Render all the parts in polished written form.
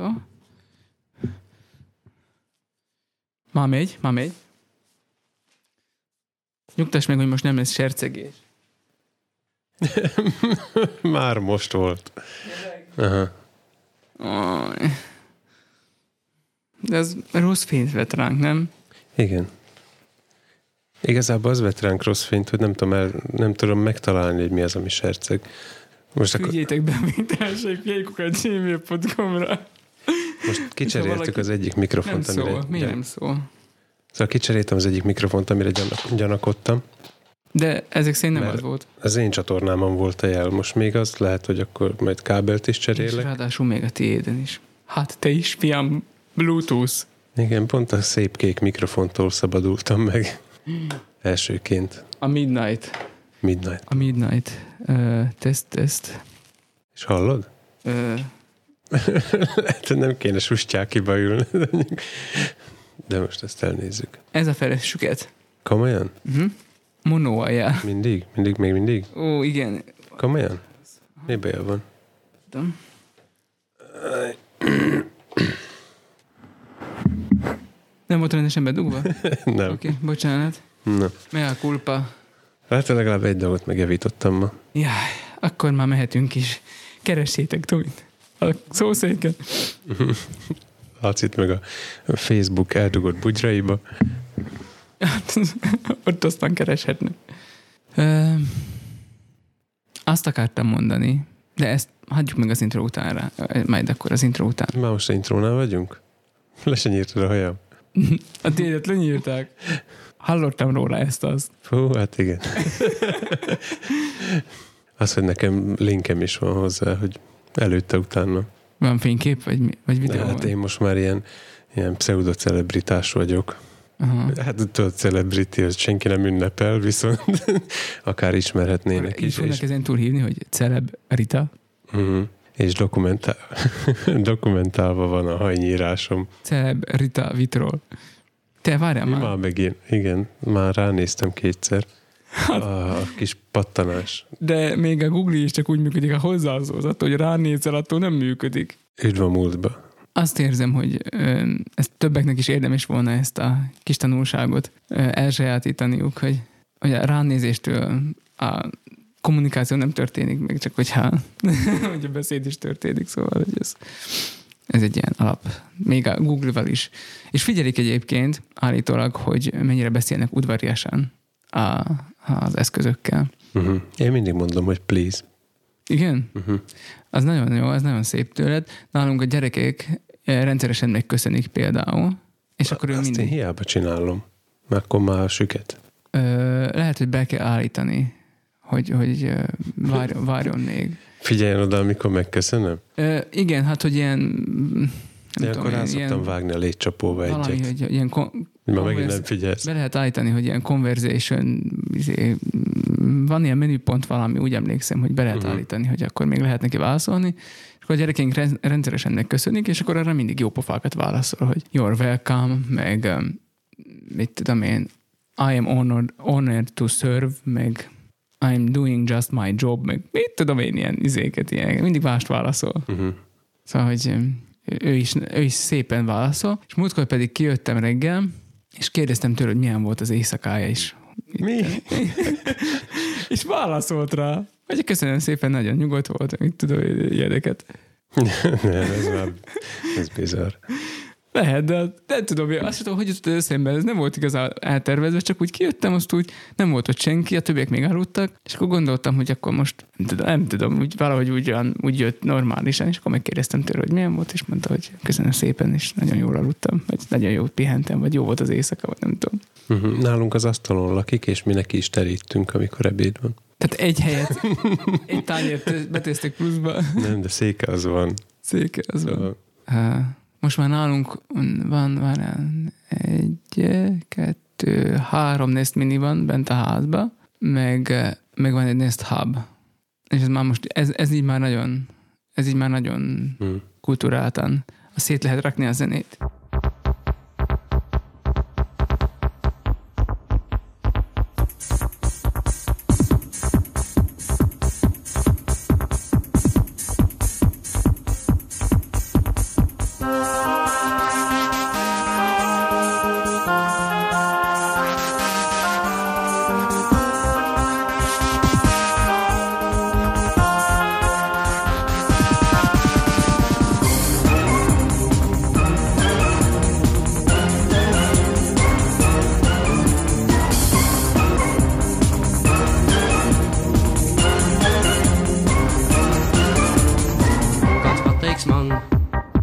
Várható. Már megy. Nyugtass meg, hogy most nem lesz sercegés. Már most volt. Aha. De ez rossz fényt vett ránk, nem? Igen. Igazából az vett ránk rossz fényt, hogy nem tudom megtalálni, hogy mi az, ami serceg. Most küldjétek be mindenség.gmail.com-ra. Most kicseréltük az egyik mikrofont. Nem szól. Miért nem szól? Szóval kicseréltem az egyik mikrofont, amire gyanakodtam. De ezek szerint nem az volt. Az én csatornámon volt a jel. Most még az lehet, hogy akkor majd kábelt is cserélek. És ráadásul még a tiéden is. Hát te is, fiam, Bluetooth. Igen, pont a szép kék mikrofontól szabadultam meg. Elsőként. A Midnight. A Midnight. Teszt. És hallod? Lehet, hogy nem kéne sustyákiba ülni. De most ezt elnézzük. Ez a feleséget. Komolyan? Mono jel. Mindig? Ó, igen. Komolyan? Mi baja van? Tudom. Nem volt rendesen bedugva? Nem. Oké, bocsánat. Na. Mea culpa. Hát legalább egy dolgot megjavítottam ma. Jaj, akkor már mehetünk is. Keressétek Tomit. A szószéken. Lacit meg a Facebook eldugott bugyraiba. Ott aztán kereshetnek. Azt akartam mondani, de ezt hagyjuk meg az intro utánra. Majd akkor az intro után. Már most az intrónál vagyunk? Le se nyírtad a hajam. A tiédet lenyírták. Hallottam róla ezt-azt. Fú, hát igen. Az, hogy nekem linkem is van hozzá, hogy előtte-utána. Van fénykép, vagy videó? Hát én most már ilyen pseudo-celebritás vagyok. Aha. Hát tudod, celebrity, hogy senki nem ünnepel, viszont akár ismerhetnének is. Így fognak ezen túl hívni, hogy Celeb Rita? És dokumentálva van a hajnyírásom. Celeb Rita Vitrol. Te várjál már. Már megint, igen, már ránéztem kétszer. A kis pattanás. De még a Google is csak úgy működik, ha hozzászólsz, attól, hogy ránézel, attól nem működik. Üdv a múltba. Azt érzem, hogy ezt többeknek is érdemes volna ezt a kis tanulságot elsajátítaniuk, hogy a ránézéstől a kommunikáció nem történik meg, csak hogyha hogy a beszéd is történik, szóval hogy ez egy ilyen alap. Még a Google-val is. És figyelik egyébként állítólag, hogy mennyire beszélnek udvariasan az eszközökkel. Én mindig mondom, hogy please. Igen? Az nagyon jó, az nagyon szép tőled. Nálunk a gyerekek rendszeresen megköszönik például, és akkor ő azt mindig... én hiába csinálom, mert akkor már süket. Lehet, hogy be kell állítani, hogy várjon még. Figyeljen oda, amikor megköszönöm? Igen, hát, hogy ilyen... Nem akkor rá szoktam vágni a létcsapóba egyet. Valami, hogy ilyen... Ma megint nem figyelsz. Be lehet állítani, hogy ilyen conversation... Van ilyen menüpont valami, úgy emlékszem, hogy be lehet állítani, hogy akkor még lehet neki válaszolni, és akkor a gyerekeink rendszeresen megköszönik, és akkor arra mindig jó pofákat válaszol, hogy you're welcome, meg mit tudom én, I am honored to serve, meg I'm doing just my job, meg mit tudom én, ilyen izéket, ilyen, mindig mást válaszol. Szóval, hogy ő is szépen válaszol, és múltkor pedig kijöttem reggel, és kérdeztem tőle, hogy milyen volt az éjszakája is. Mi? És válaszolt rá, hogy köszönöm szépen, nagyon nyugodt volt, mit tudom, ilyeneket. Ez bizarr. Lehet, de nem tudom, azt tudom, hogy jutott eszembe, ez nem volt igazán eltervezve, csak úgy kijöttem, azt úgy nem volt ott senki, a többiek még aludtak, és akkor gondoltam, hogy akkor most nem tudom úgy, valahogy úgy jött normálisan, és akkor megkérdeztem tőle, hogy milyen volt, és mondta, hogy köszönöm szépen, és nagyon jól aludtam, vagy nagyon jól pihentem, vagy jó volt az éjszaka, vagy nem tudom. Nálunk az asztalon lakik, és mi neki is terítünk, amikor ebéd van. Tehát egy helyet, egy tányért betéztek pluszba. Nem, de széke az van. Széke az van. Most már nálunk van 1, 2, 3 Nest Mini van bent a házba, meg van egy Nest Hub. És ez már most, ez így már nagyon kulturáltan. Szét lehet rakni a zenét.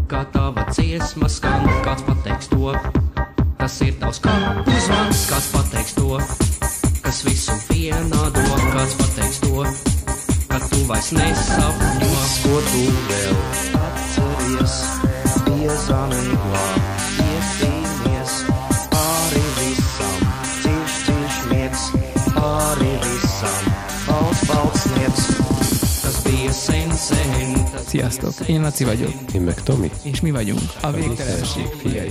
kā tava dziesma skan, kāds pateiks to, kas ir tavs kapu zvans, kāds pateiks to, kas visu vienādo, kāds pateiks to, ka tu vairs nesapņo. Viss, ko tu vēl atceries, biezā miglā, iesīmies, arī visam, cieš miegs, arī visam, balts sniegs, tas bija sen. Sziasztok, én Laci vagyok. Én meg Tomi. És mi vagyunk a végtelenség fiai.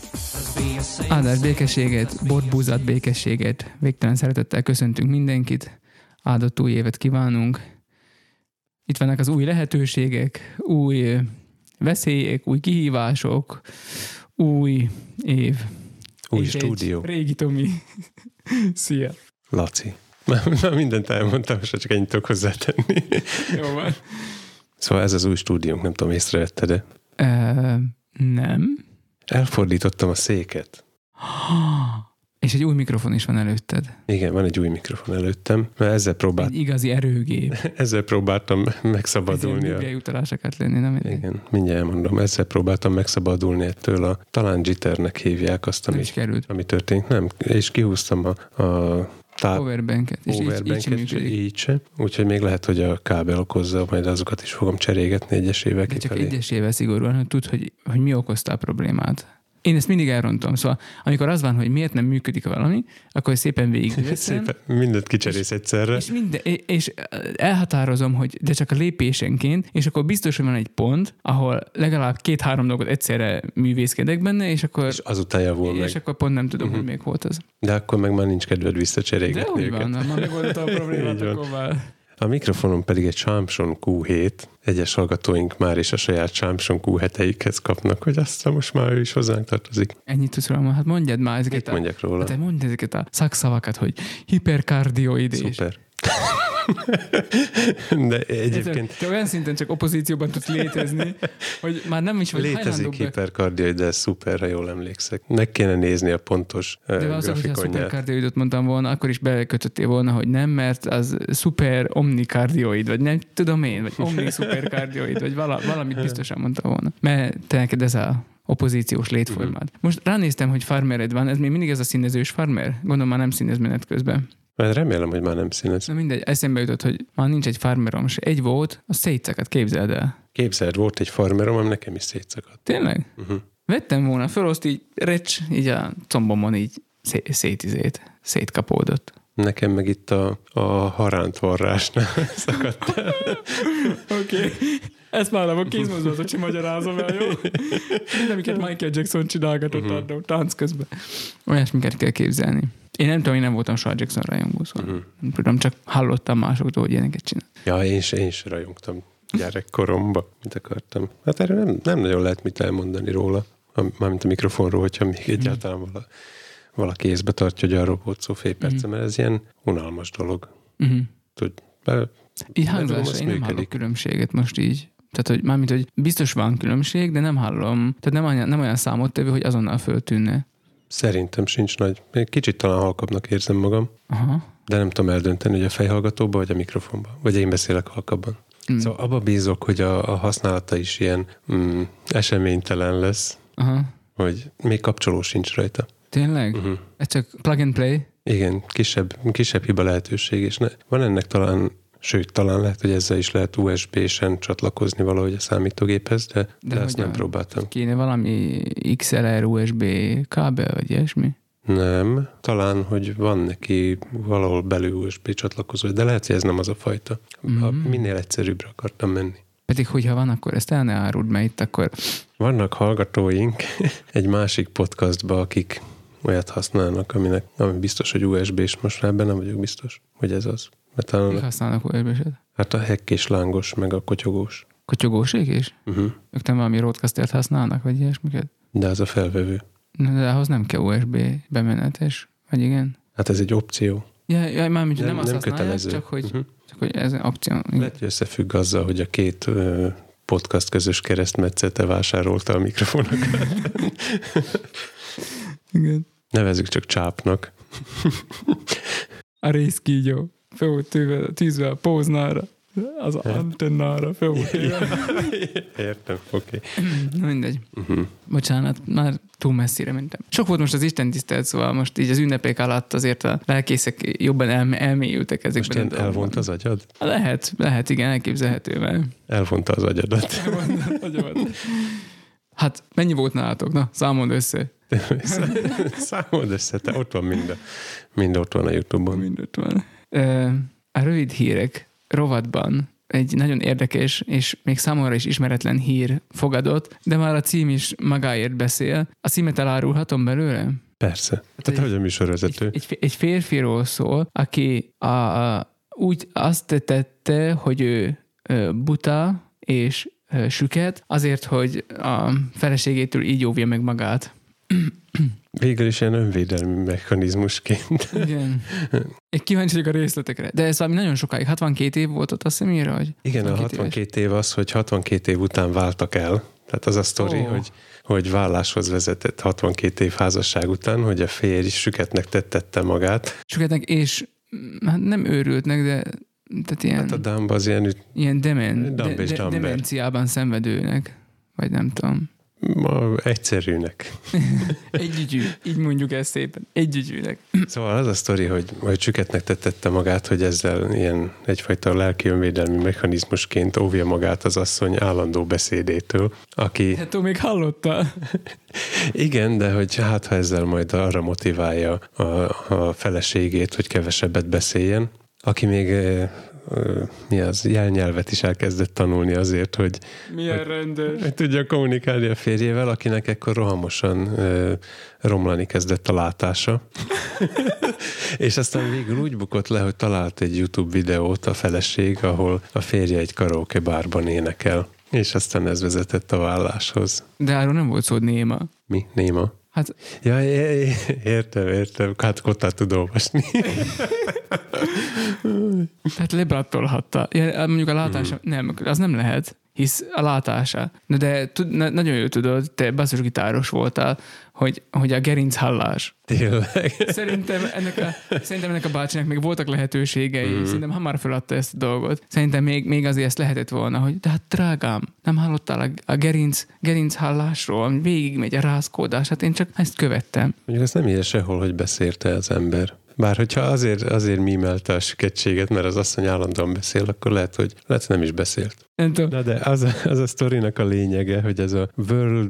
Áldás békességet, bort-búzát békességet, végtelen szeretettel köszöntünk mindenkit, áldott új évet kívánunk. Itt vannak az új lehetőségek, új veszélyek, új kihívások, új év. Új és stúdió. Régi Tomi. Szia. Laci. Már mindent elmondtam, most csak ennyit tudok hozzátenni. Jó van. Szóval ez az új stúdiónk, nem tudom, észrevetted-e? Nem. Elfordítottam a széket. És egy új mikrofon is van előtted. Igen, van egy új mikrofon előttem, mert Egy igazi erőgép. ezzel próbáltam megszabadulni. Ezért bibliai utalás akart lenni, nem? Igen, mindjárt elmondom. Ezzel próbáltam megszabadulni ettől talán jitternek hívják azt, ami történik. Nem, és kihúztam a powerbanket, és így sem működik. Így se. Úgyhogy még lehet, hogy a kábel okozza, majd azokat is fogom cserégetni egyesével kifelé. De csak egyesével szigorúan, hogy tudd, hogy mi okozta a problémát. Én ezt mindig elrontom. Szóval amikor az van, hogy miért nem működik valami, akkor szépen végigveszem. Szépen mindent kicserész egyszerre. És elhatározom, hogy de csak a lépésenként, és akkor biztos, hogy van egy pont, ahol legalább 2-3 dolgot egyszerre művészkedek benne, és akkor... És azután javul meg. És akkor pont nem tudom, hogy még volt az. De akkor meg már nincs kedved visszacserégetni őket. De úgy van, már megoldottam a problémát, akkor már... A mikrofonon pedig egy Samson Q7. Egyes hallgatóink már is a saját Samson Q7-eikhez kapnak, hogy aztán most már ő is hozzánk tartozik. Ennyit tudsz róla, hát mondjad már ezeket. Mit mondjak róla? Hát mondj ezeket a szakszavakat, hogy hiperkardioidés. Szuper. De egyébként... Te olyan szinten csak opozícióban tudsz létezni, hogy már nem is vagy létezik hiperkardioid, de szuper, ha jól emlékszek. Meg kéne nézni a pontos grafikonját. De az, hogyha szuperkardioidot mondtam volna, akkor is belekötöttél volna, hogy nem, mert az szuper omnikardioid, vagy nem tudom én, vagy omniszuperkardioid, vagy valamit biztosan mondtam volna. Mert te neked ez a opozíciós létformád. Most ránéztem, hogy farmered van, ez még mindig ez a színezős farmer? Gondolom már nem színez menet közben. Mert remélem, hogy már nem színez. Na mindegy, eszembe jutott, hogy már nincs egy farmerom se. Egy volt, az szétszakadt, képzeld el. Képzeld, volt egy farmerom, ami nekem is szétszakadt. Tényleg? Vettem volna föl, azt így recs, így a combomon így szétkapódott. Nekem meg itt a harántvarrásnál szakadt el. Oké. Ezt már nem a kézmozdulatot sem magyarázom el, jó? Mindemiket Michael Jackson csinálgatott annó, tánc közben. Olyasmiket kell képzelni. Én nem tudom, én nem voltam soha Jackson rajongó, szóval nem tudom, csak hallottam másoktól, hogy ilyeneket csinál. Ja, én is rajongtam gyerekkoromba, mit akartam. Hát erre nem nagyon lehet mit elmondani róla, mármint a mikrofonról, hogyha még egyáltalán valaki észbe tartja, hogy arról volt szó fél perce, mert ez ilyen unalmas dolog. Így hangzásra én nem hallok különbséget most így. Tehát, hogy mármint, hogy biztos van különbség, de nem hallom. Tehát nem olyan számottevő, hogy azonnal föltűnne. Szerintem sincs nagy. Még kicsit talán halkabbnak érzem magam. Aha. De nem tudom eldönteni, hogy a fejhallgatóba, vagy a mikrofonba. Vagy én beszélek halkabban. Szóval abba bízok, hogy a használata is ilyen eseménytelen lesz, hogy még kapcsoló sincs rajta. Tényleg? Ez csak plug and play? Igen, kisebb hiba lehetőség, és van ennek talán lehet, hogy ezzel is lehet USB-sen csatlakozni valahogy a számítógéphez, de ezt nem próbáltam. Kéne valami XLR USB kábel, vagy ilyesmi? Nem, talán, hogy van neki valahol belül USB csatlakozó, de lehet, hogy ez nem az a fajta. Minél egyszerűbbre akartam menni. Pedig, hogyha van, akkor ezt el ne áruld, mert itt akkor... Vannak hallgatóink egy másik podcastban, akik olyat használnak, ami biztos, hogy USB-s, most már ebben nem vagyok biztos, hogy ez az. Mik használnak USB-set? Hát a hekkés lángos, meg a kotyogós. Kotyogósék is? Ők nem valami roadcastert használnak, vagy ilyesmiket? De az a felvevő. De ahhoz nem kell USB bemenetes, vagy igen? Hát ez egy opció. Ja mármint nem azt használják, kötelező. csak hogy ez egy opció. Lehet, hogy összefügg azzal, hogy a két podcast közös keresztmetszete vásárolta a mikrofonokat. Igen. Nevezzük csak csápnak. A részkígyó. Föl tűzve a póznára. Az antennára fel volt. Értem, oké. Mindegy. Bocsánat, már túl messzire mentem. Sok volt most az istentisztelet, szóval most így az ünnepek alatt azért a lelkészek jobban elmélyültek ezekben. Most elvont az agyad? Lehet, igen, elképzelhető, mert... Elvonta az agyadat. Hát mennyi volt nálatok? Na, számold össze. Számold össze, te ott van mind ott van a YouTube-on. Mind ott van. A rövid hírek rovatban egy nagyon érdekes és még számomra is ismeretlen hír fogadott, de már a cím is magáért beszél. A címet elárulhatom belőle? Persze. Tehát hogy a műsorvezető? Egy férfiról szól, aki úgy azt tette, hogy ő buta és süket, azért, hogy a feleségétől így óvja meg magát. Végül is ilyen önvédelmi mechanizmusként. Igen. Én kíváncsi vagyok a részletekre. De ez valami nagyon sokáig, 62 év volt ott, azt hiszem írja, hogy... Igen, a 62 év az, hogy 62 év után váltak el. Tehát az a sztori, hogy válláshoz vezetett 62 év házasság után, hogy a férj süketnek tette magát. Süketnek, és hát nem őrültnek, de tehát ilyen... Hát a Dumb az ilyen demenciában szenvedőnek, vagy nem tudom. Egyszerűnek. Együgyű, így mondjuk ezt szépen. Együgyűnek. Szóval az a sztori, hogy süketnek tette magát, hogy ezzel ilyen egyfajta lelki önvédelmi mechanizmusként óvja magát az asszony állandó beszédétől, aki... Hát még hallotta. Igen, de hogy hát ha ezzel majd arra motiválja a feleségét, hogy kevesebbet beszéljen, aki még jelnyelvet is elkezdett tanulni azért, hogy tudja kommunikálni a férjével, akinek ekkor rohamosan romlani kezdett a látása. És aztán végül úgy bukott le, hogy talált egy YouTube videót a feleség, ahol a férje egy karaoke bárban énekel. És aztán ez vezetett a válláshoz. De arról nem volt szó, hogy néma. Mi? Néma? Hát... Ja, értem. Hát kottát tud olvasni. Tehát lebrattolhatta. Ja, mondjuk a látása, nem, az nem lehet, hisz a látása. De nagyon jól tudod, te basszusgitáros voltál, hogy a gerinc hallás. Tényleg? Szerintem ennek a bácsinak még voltak lehetőségei, szerintem hamar feladta ezt a dolgot. Szerintem még azért ezt lehetett volna, hogy de hát drágám, nem hallottál a gerinc hallásról, végigmegy a rázkódás, hát én csak ezt követtem. Mondjuk azt nem írja sehol, hogy beszélte az ember. Bár hogyha azért mímelte a süketséget, mert az asszony állandóan beszél, akkor lehet, hogy nem is beszélt. Na de az a sztorinak a lényege, hogy ez a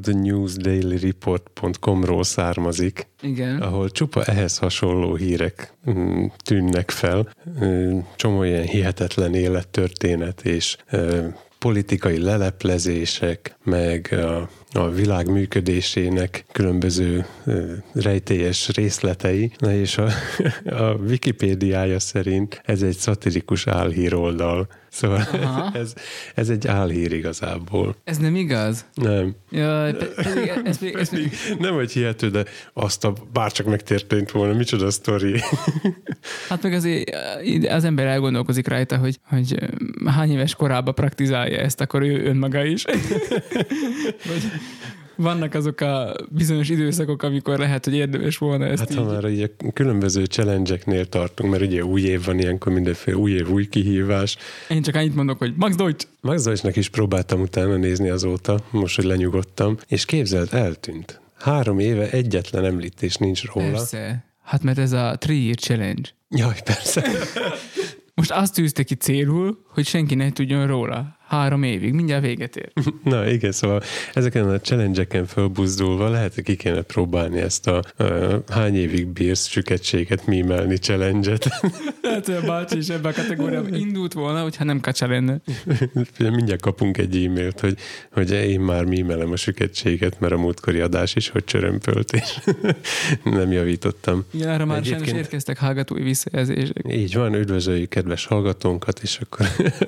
worldnewsdailyreport.com-ról származik, igen. Ahol csupa ehhez hasonló hírek tűnnek fel, csomó ilyen hihetetlen élettörténet és politikai leleplezések, meg a világ működésének különböző rejtélyes részletei, és a Wikipédiája szerint ez egy szatirikus álhíroldal. Szóval ez egy álhír igazából. Ez nem igaz? Nem. Jaj, pedig nem vagy hihető, de bárcsak megtörtént volna, micsoda sztori. Hát meg azért az ember elgondolkozik rajta, hogy hány éves korában praktizálja ezt, akkor ő önmaga is. Vagy vannak azok a bizonyos időszakok, amikor lehet, hogy érdemes volna ezt hát, ha már ugye különböző challenge-eknél tartunk, mert ugye új év van ilyenkor, mindenféle új év, új kihívás. Én csak annyit mondok, hogy Max Deutsch! Max Deutschnak is próbáltam utána nézni azóta, most, hogy lenyugodtam, és képzeld, eltűnt. 3 éve egyetlen említés nincs róla. Persze. Hát mert ez a 3-year challenge. Jaj, persze. Most azt tűzte ki célul, hogy senki ne tudjon róla. 3 évig, mindjárt véget ér. Na igen, szóval ezeken a challenge-eken fölbuzdulva lehet, hogy ki kéne próbálni ezt a hány évig bírsz süketséget mímelni challenge-et. Hát, hogy a bácsi is ebben a kategóriában indult volna, hogyha nem kacsa lenne. Mindjárt kapunk egy e-mailt, hogy én már mímelem a süketséget, mert a múltkori adás is, hogy csörömpölt, és nem javítottam. Igen, arra már sajnos érkeztek hallgatói visszajelzések. Így van, üdvözöljük kedves hallgatónkat, és akkor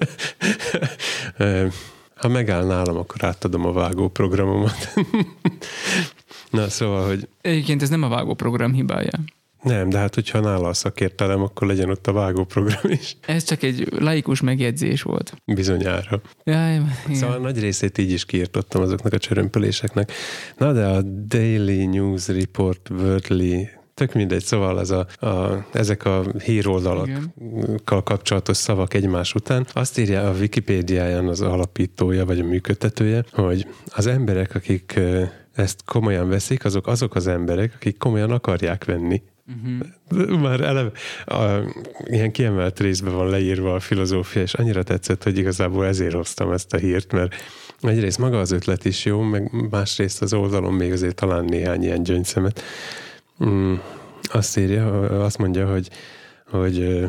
ha megáll nálam, akkor átadom a vágóprogramomat. Na, szóval, hogy... Egyébként ez nem a vágóprogram hibája. Nem, de hát, hogyha nála a szakértelem, akkor legyen ott a vágóprogram is. Ez csak egy laikus megjegyzés volt. Bizonyára. Jaj, szóval nagy részét így is kiirtottam azoknak a csörömpöléseknek. Na, de a Daily News Report Worldly tök mindegy, szóval ezek a híroldalakkal kapcsolatos szavak egymás után. Azt írja a Wikipédiáján az alapítója, vagy a működtetője, hogy az emberek, akik ezt komolyan veszik, azok az emberek, akik komolyan akarják venni. Már eleve ilyen kiemelt részben van leírva a filozófia, és annyira tetszett, hogy igazából ezért hoztam ezt a hírt, mert egyrészt maga az ötlet is jó, meg másrészt az oldalon még azért talán néhány ilyen gyöngyszemet. Azt mondja, hogy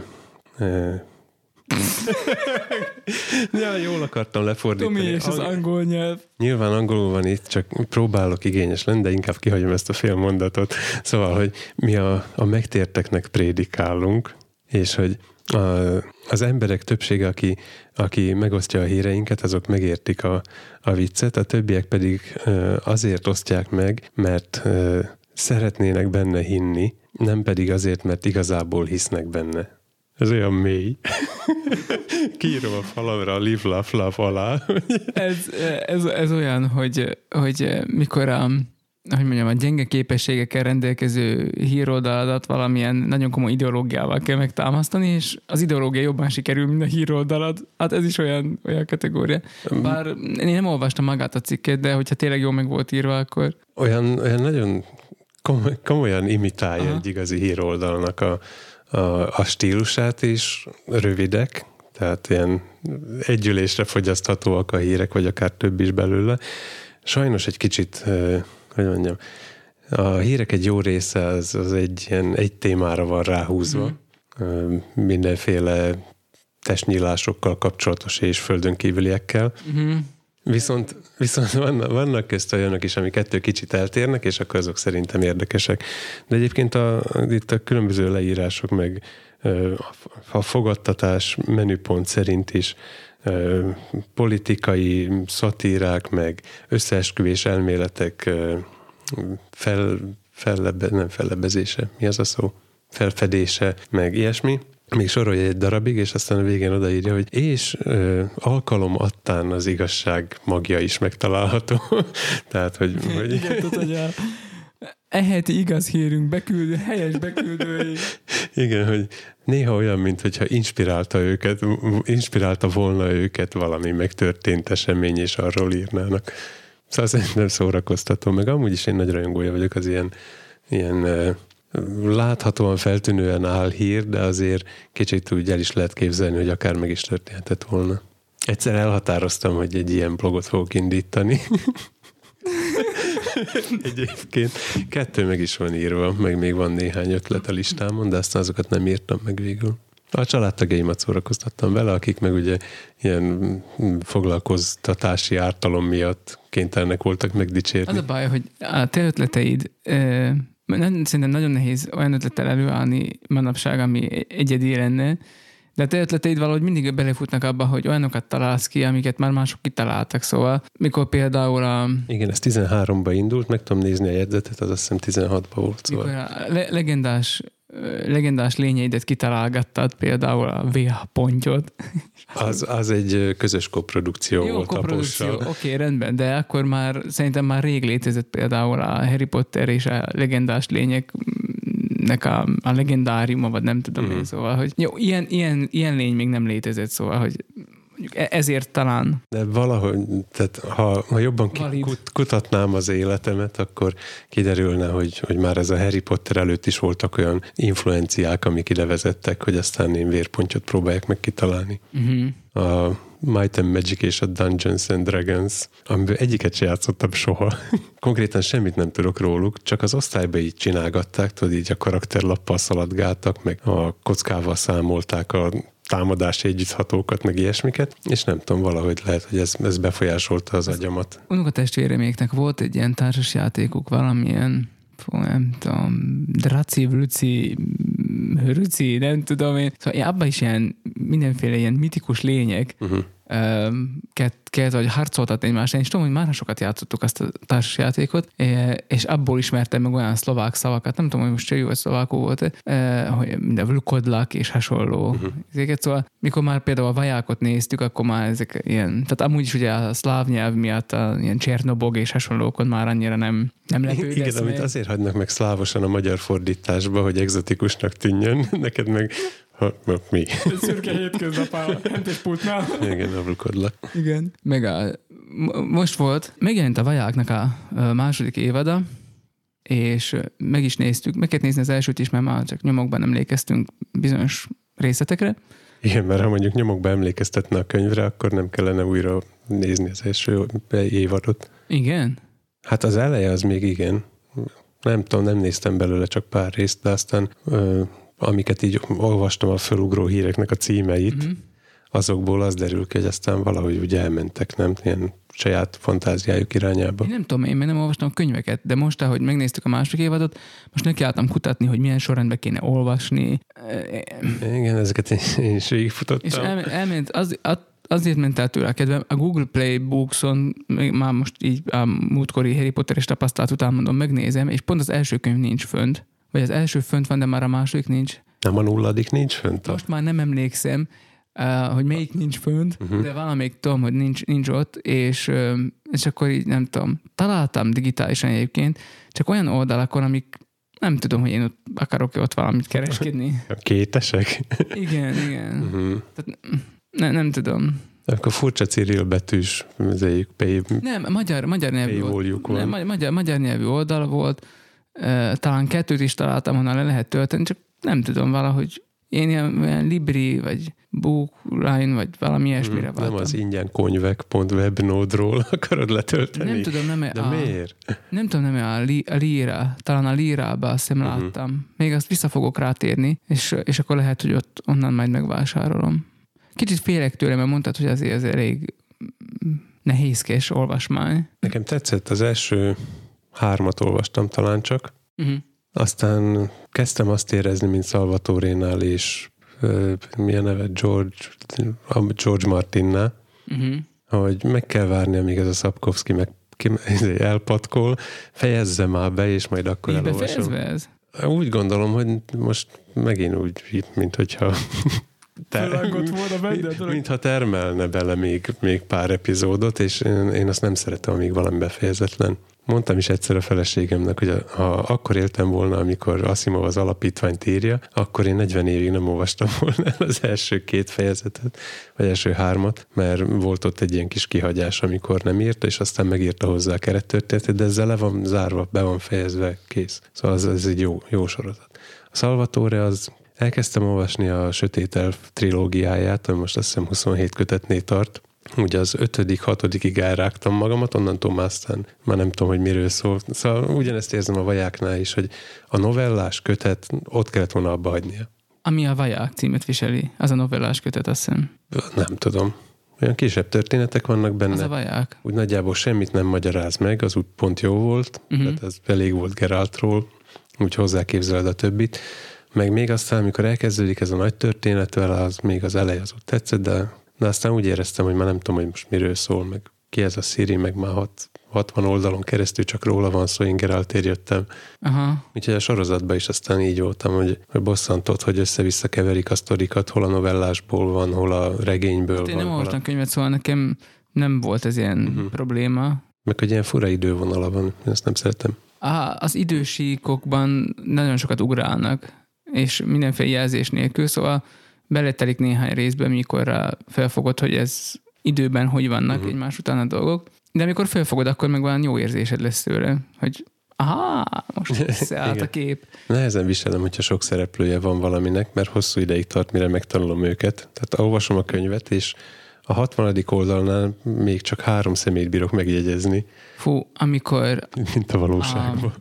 ja, jól akartam lefordítani. Tomi és az angol nyelv. Nyilván angolul van itt, csak próbálok igényes lenni, de inkább kihagyom ezt a fél mondatot. Szóval, hogy mi a megtérteknek prédikálunk, és hogy az emberek többsége, aki megosztja a híreinket, azok megértik a viccet, a többiek pedig azért osztják meg, mert szeretnének benne hinni, nem pedig azért, mert igazából hisznek benne. Ez olyan mély. Kiírom a falamra a live, laugh, love alá. ez olyan, hogy mikor a gyenge képességekkel rendelkező híroldaladat valamilyen nagyon komoly ideológiával kell megtámasztani, és az ideológia jobban sikerül, mint a híroldalad. Hát ez is olyan kategória. Bár én nem olvastam magát a cikket, de hogyha tényleg jól meg volt írva, akkor... Olyan nagyon komolyan imitálja egy igazi híroldalnak a stílusát is, rövidek, tehát ilyen együlésre fogyaszthatóak a hírek, vagy akár több is belőle. Sajnos egy kicsit, hogy mondjam, a hírek egy jó része az egy témára van ráhúzva. Mindenféle testnyílásokkal kapcsolatos és földön kívüliekkel. Viszont vannak közt olyanok is, amik ettől kicsit eltérnek, és akkor azok szerintem érdekesek. De egyébként itt a különböző leírások, meg a fogadtatás menüpont szerint is politikai szatírák, meg összeesküvés elméletek nem fellebbezése, mi az a szó? Felfedése, meg ilyesmi. Még sorolja egy darabig, és aztán a végén odaírja, hogy és alkalom attán az igazság magja is megtalálható. Tehát, hogy... Igen, tudod, hogy eheti igaz hírünk, helyes beküldői. Igen, hogy néha olyan, mintha inspirálta volna őket valami megtörtént esemény, és arról írnának. Szóval szerintem szórakoztató, meg amúgy is én nagy rajongója vagyok az ilyen láthatóan feltűnően álhír, de azért kicsit úgy el is lehet képzelni, hogy akár meg is történhetett volna. Egyszer elhatároztam, hogy egy ilyen blogot fogok indítani. Egyébként 2 meg is van írva, meg még van néhány ötlet a listámon, de aztán azokat nem írtam meg végül. A családtagjaimat szórakoztattam vele, akik meg ugye ilyen foglalkoztatási ártalom miatt kénytelenek voltak megdicsérni. Az a baj, hogy a te ötleteid szerintem nagyon nehéz olyan ötlettel előállni manapság, ami egyedi lenne, de a te ötleteid valahogy mindig belefutnak abba, hogy olyanokat találsz ki, amiket már mások kitaláltak, szóval mikor például Igen, ez 13-ba indult, meg tudom nézni a jegyzetet, az azt hiszem 16-ba volt. Szóval. Mikor a legendás lényeidet kitalálgattad, például a VH pontyot. Az egy közös koprodukció volt Apossal. Oké, rendben, de akkor szerintem már rég létezett például a Harry Potter és a legendás lényeknek a legendáriuma, vagy nem tudom én, szóval, hogy jó, ilyen lény még nem létezett, szóval, hogy ezért talán. De valahogy, tehát ha jobban kutatnám az életemet, akkor kiderülne, hogy már ez a Harry Potter előtt is voltak olyan influenciák, amik ide vezettek, hogy aztán én vérpontyot próbálják meg kitalálni. A Might and Magic és a Dungeons and Dragons, amiből egyiket se játszottam soha. Konkrétan semmit nem tudok róluk, csak az osztályba így csinálgatták, tudod, így a karakterlappal szaladgáltak, meg a kockával számolták a támadási együtthatókat, meg ilyesmiket, és nem tudom, valahogy lehet, hogy ez befolyásolta az agyamat. Unokatestvéreméknek volt egy ilyen társasjátékuk, valamilyen, nem tudom, Draci, Rüci, nem tudom én. Szóval abban is ilyen mindenféle ilyen mitikus lények kellett, vagy harcoltatni egymást. Én is tudom, hogy már sokat játszottuk azt a társasjátékot, és abból ismertem meg olyan szlovák szavakat, nem tudom, hogy most csajú vagy szlovákul volt, hogy minden vlkodlak és hasonló. Szóval, mikor már például a vajákot néztük, akkor már ezek ilyen, tehát amúgy is ugye a szláv nyelv miatt a ilyen Csernobog és hasonlókon már annyira nem lepődesz. Igen, amit azért hagynak meg szlávosan a magyar fordításba, hogy egzotikusnak tűnjön, neked meg mi? Szürke hétköznap áll a hentéspultnál. Igen, avlukodlak. Igen. Meg most volt, megjelent a vajáknak a második évada, és meg is néztük, meg kellett nézni az elsőt is, mert már csak nyomokban emlékeztünk bizonyos részletekre. Igen, mert ha mondjuk nyomokba emlékeztetne a könyvre, akkor nem kellene újra nézni az első évadot. Igen? Hát az eleje az még igen. Nem tudom, nem néztem belőle csak pár részt, de aztán amiket így olvastam a felugró híreknek a címeit, azokból az derül ki, hogy aztán valahogy úgy elmentek, nem? Ilyen saját fantáziájuk irányába. Én nem tudom, én még nem olvastam a könyveket, de most, ahogy megnéztük a második évadot, most nekiálltam kutatni, hogy milyen sorrendben kéne olvasni. Igen, ezeket én is végigfutottam. És elment, azért ment el tőle a kedvem. A Google Play Bookson, már most így a múltkori Harry Potter-es tapasztalat után mondom, megnézem, és pont az első könyv nincs fönt. Vagy az első fönt van, de már a második nincs. Nem a nulladik nincs fönt? Most már nem emlékszem, hogy melyik nincs fönt, de valamelyik tudom, hogy nincs ott, és akkor így nem tudom. Találtam digitálisan egyébként, csak olyan oldalakon, amik nem tudom, hogy én ott akarok ott valamit kereskedni. Kétesek? Igen. Tehát, nem tudom. Akkor furcsa Cyril betűs nem, magyar nyelvű van. Magyar nyelvű oldal volt. Talán 2 is találtam, honnan le lehet tölteni, csak nem tudom, valahogy én ilyen Libri, vagy Bookline, vagy valami ilyesmire váltam. Nem az ingyenkonyvek.webnode-ról akarod letölteni? Nem tudom, miért? Nem tudom, nem a Lira, talán a Lirába azt hiszem láttam. Még azt vissza fogok rátérni, és akkor lehet, hogy ott onnan majd megvásárolom. Kicsit félek tőle, mert mondtad, hogy azért az elég nehézkes olvasmány. Nekem tetszett, az első 3 olvastam talán csak. Aztán kezdtem azt érezni, mint Salvatorénál és milyen neve, George Martinnál, hogy meg kell várni, amíg ez a Sapkowski elpatkol, fejezze már be, és majd akkor elolvasom. Ez? Úgy gondolom, hogy most megint úgy, mint hogyha mintha termelne bele még pár epizódot, és én azt nem szeretem, amíg valami befejezetlen. Mondtam is egyszer a feleségemnek, hogy ha akkor éltem volna, amikor Asimov az alapítványt írja, akkor én 40 évig nem olvastam volna el az első 2 fejezetet, vagy első 3, mert volt ott egy ilyen kis kihagyás, amikor nem írta, és aztán megírta hozzá a kerettörténetet, de ezzel le van zárva, be van fejezve, kész. Szóval ez egy jó sorozat. A Salvatore az elkezdtem olvasni a Sötét Elf trilógiáját, ami most azt hiszem 27 kötetnél tart. Ugye az 5.-6. elrágtam magamat, onnantól már aztán már nem tudom, hogy miről szól. Szóval ugyanezt érzem a vajáknál is, hogy a novellás kötet ott kellett volna abba hagynia. Ami a Vaják címet viseli, az a novellás kötet, azt hiszem. Nem tudom. Olyan kisebb történetek vannak benne. Az a Vaják. Úgy nagyjából semmit nem magyaráz meg, az úgy pont jó volt, tehát az elég volt Geraltról, úgy hozzáképzeled a többit. Meg még aztán, amikor elkezdődik ez a nagy történet vele, az még az eleje az úgy tetszett, de aztán úgy éreztem, hogy már nem tudom, hogy most miről szól, meg ki ez a Siri, meg már 60 oldalon keresztül csak róla van szó, én Geraltért jöttem. Aha. Úgyhogy a sorozatban is aztán így voltam, hogy bosszantott, hogy össze-vissza keverik a sztorikat, hol a novellásból van, hol a regényből van. Én nem olvastam könyvet, szóval nekem nem volt ez ilyen probléma. Meg hogy ilyen fura idővonala van, én ezt nem szeretem. Az idősíkokban nagyon sokat ugrálnak, és mindenféle jelzés nélkül, szóval beletelik néhány részbe, mikor felfogod, hogy ez időben hogy vannak egymás után a dolgok. De amikor felfogod, akkor meg valami jó érzésed lesz tőle, hogy most összeállt a kép. Nehezen viselem, hogyha sok szereplője van valaminek, mert hosszú ideig tart, mire megtanulom őket. Tehát olvasom a könyvet, és a 60. oldalnál még csak 3 személyt bírok megjegyezni. Fú, amikor... Mint a valóságban.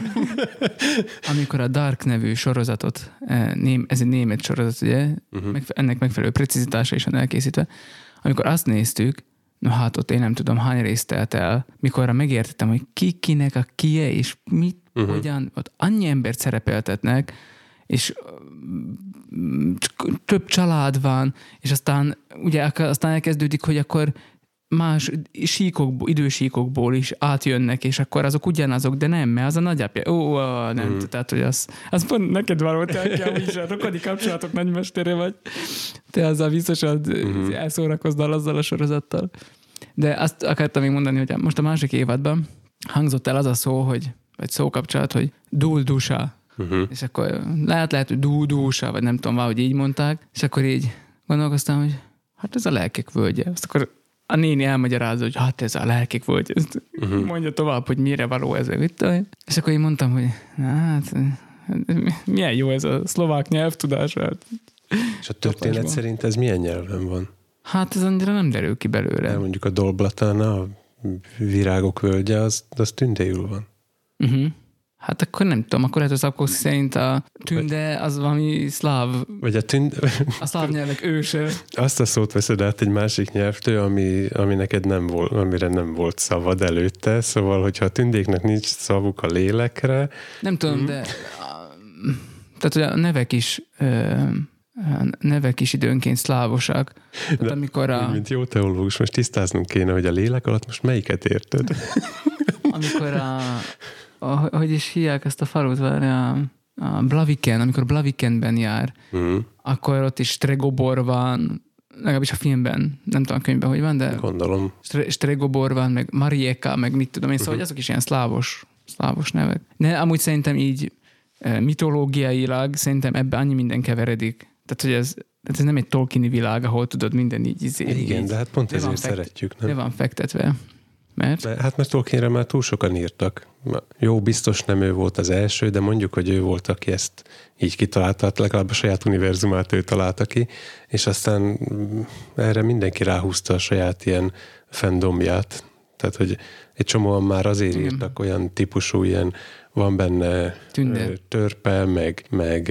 Amikor a Dark nevű sorozatot, ez egy német sorozat, ugye? Ennek megfelelő precizitása is van elkészítve. Amikor azt néztük, ott én nem tudom, hány részt telt el, mikorra megértettem, hogy kinek a kie, és mit, hogyan, ott annyi embert szerepeltetnek, és több család van, és aztán ugye aztán elkezdődik, hogy akkor más idősíkokból is átjönnek, és akkor azok ugyanazok, de nem, mert az a nagyapja. Nem, tehát, hogy az pont neked való, te is a rokoni kapcsolatok nagymestere vagy. Te azzal biztosan elszórakozdál azzal a sorozattal. De azt akartam még mondani, hogy most a másik évadban hangzott el az a szó, vagy szókapcsolat, hogy dúl-dusa. És akkor lehet, hogy dúl-dusa, vagy nem tudom, valahogy így mondták, és akkor így gondolkoztam, hogy hát ez a lelkek völgye. Azt akkor a néni elmagyarázza, hogy hát ez a lelkek völgye. Mondja tovább, hogy mire való ez. És akkor én mondtam, hogy hát milyen jó ez a szlovák nyelvtudás. És a történet szerint ez milyen nyelven van? Hát ez annyira nem derül ki belőle. De mondjuk a Dolblatán a virágok völgye, az tündéül van. Hát akkor nem tudom, akkor lehet, hogy Sapkowski szerint a tünde az valami szláv, vagy a szláv nyelvek őse. Azt a szót veszed át egy másik nyelvtől, ami neked nem volt, amire nem volt szavad előtte, szóval, hogyha a tündéknek nincs szavuk a lélekre. Nem tudom, de tehát, hogy a nevek is időnként szlávosak. Tehát, amikor mint jó teológus, most tisztáznunk kéne, hogy a lélek alatt most melyiket érted? Amikor hogy is hívják ezt a falut, a Blaviken, amikor Blavikenben jár, akkor ott is Stregobor van, legalábbis a filmben, nem tudom a könyvben, hogy van, de gondolom. Stregobor van, meg Marieka, meg mit tudom én, szóval azok is ilyen szlávos nevek. De amúgy szerintem így mitológiailag szerintem ebbe annyi minden keveredik. Tehát, hogy ez nem egy Tolkieni világ, ahol tudod minden így. Igen, de hát pont ezért szeretjük, nem? Le van fektetve. Mert Tolkienre már túl sokan írtak. Jó, biztos nem ő volt az első, de mondjuk, hogy ő volt, aki ezt így kitalálta, legalább a saját univerzumát ő találta ki, és aztán erre mindenki ráhúzta a saját ilyen fandomját. Tehát, hogy egy csomóan már azért írtak olyan típusú, ilyen van benne törpe, meg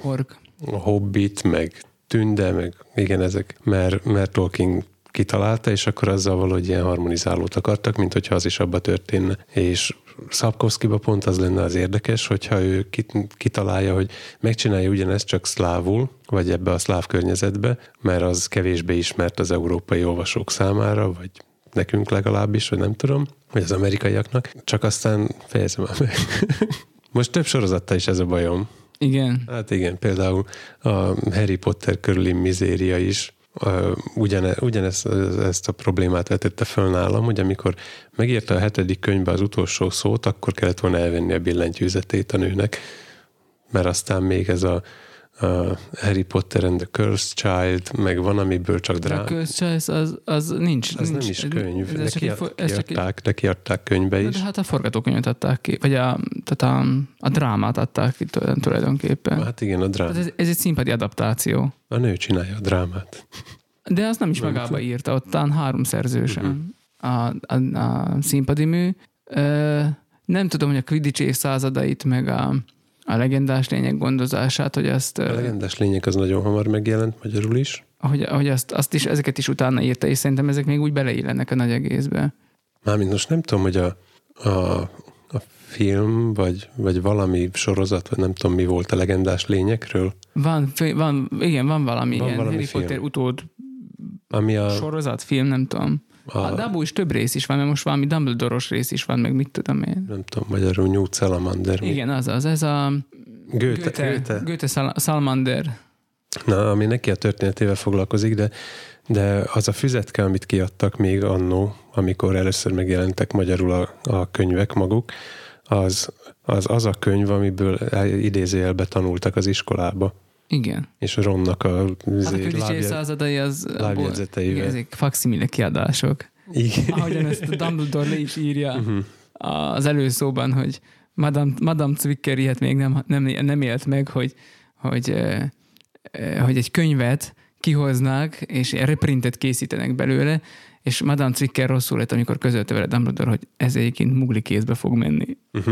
hobbit, meg tünde, meg igen, ezek, mert Tolkien kitalálta, és akkor azzal valahogy ilyen harmonizálót akartak, mint hogyha az is abba történne. És Sapkowskiba pont az lenne az érdekes, hogyha ő kitalálja, hogy megcsinálja ugyanezt csak szlávul, vagy ebbe a szláv környezetbe, mert az kevésbé ismert az európai olvasók számára, vagy nekünk legalábbis, vagy nem tudom, vagy az amerikaiaknak. Csak aztán fejezem már meg. Most több sorozattal is ez a bajom. Igen. Hát igen, például a Harry Potter körüli mizéria is ugyanezt a problémát vetette föl nálam, hogy amikor megírta a 7. könyvbe az utolsó szót, akkor kellett volna elvenni a billentyűzetét a nőnek, mert aztán még ez a Harry Potter and the Cursed Child, meg van, amiből csak dráma. A Cursed Child az nincs. Az nem is könyv. Neki adták könyvbe is. De hát a forgatókönyvet adták ki, vagy a drámát adták ki tulajdonképpen. Hát igen, a dráma. Ez egy színpadi adaptáció. A nő csinálja a drámát. De azt nem is magába írta, ott talán 3 szerzősen a színpadi mű. Nem tudom, hogy a Quidditch évszázadait, meg a legendás lények gondozását, hogy ezt... A legendás lények az nagyon hamar megjelent magyarul is. Hogy azt is, ezeket is utána írta, és szerintem ezek még úgy beleillenek a nagy egészbe. Mármint most nem tudom, hogy a film, vagy valami sorozat, vagy nem tudom, mi volt a legendás lényekről. Van valami ilyen Harry Potter utód sorozatfilm, nem tudom. De abból is több rész is van, mert most valami Dumbledore-os rész is van, meg mit tudom én. Nem tudom, magyarul Newt Salamander. Igen, az. Ez a Goethe Salamander. Na, ami neki a történetével foglalkozik, de az a füzetke, amit kiadtak még annó, amikor először megjelentek magyarul a könyvek maguk, az a könyv, amiből idézőjelbe tanultak az iskolába. Igen. És Ronnak a Quidditch évszázadai lábjegyzeteivel. Ezek faximile kiadások. Igen. Ahogyan ezt a Dumbledore le is írja az előszóban, hogy Madame Zwicker ilyet még nem élt meg, hogy egy könyvet kihoznak, és reprintet készítenek belőle, és Madame Zwicker rosszul lett, amikor közölte vele Dumbledore, hogy ez egyébként mugli kézbe fog menni.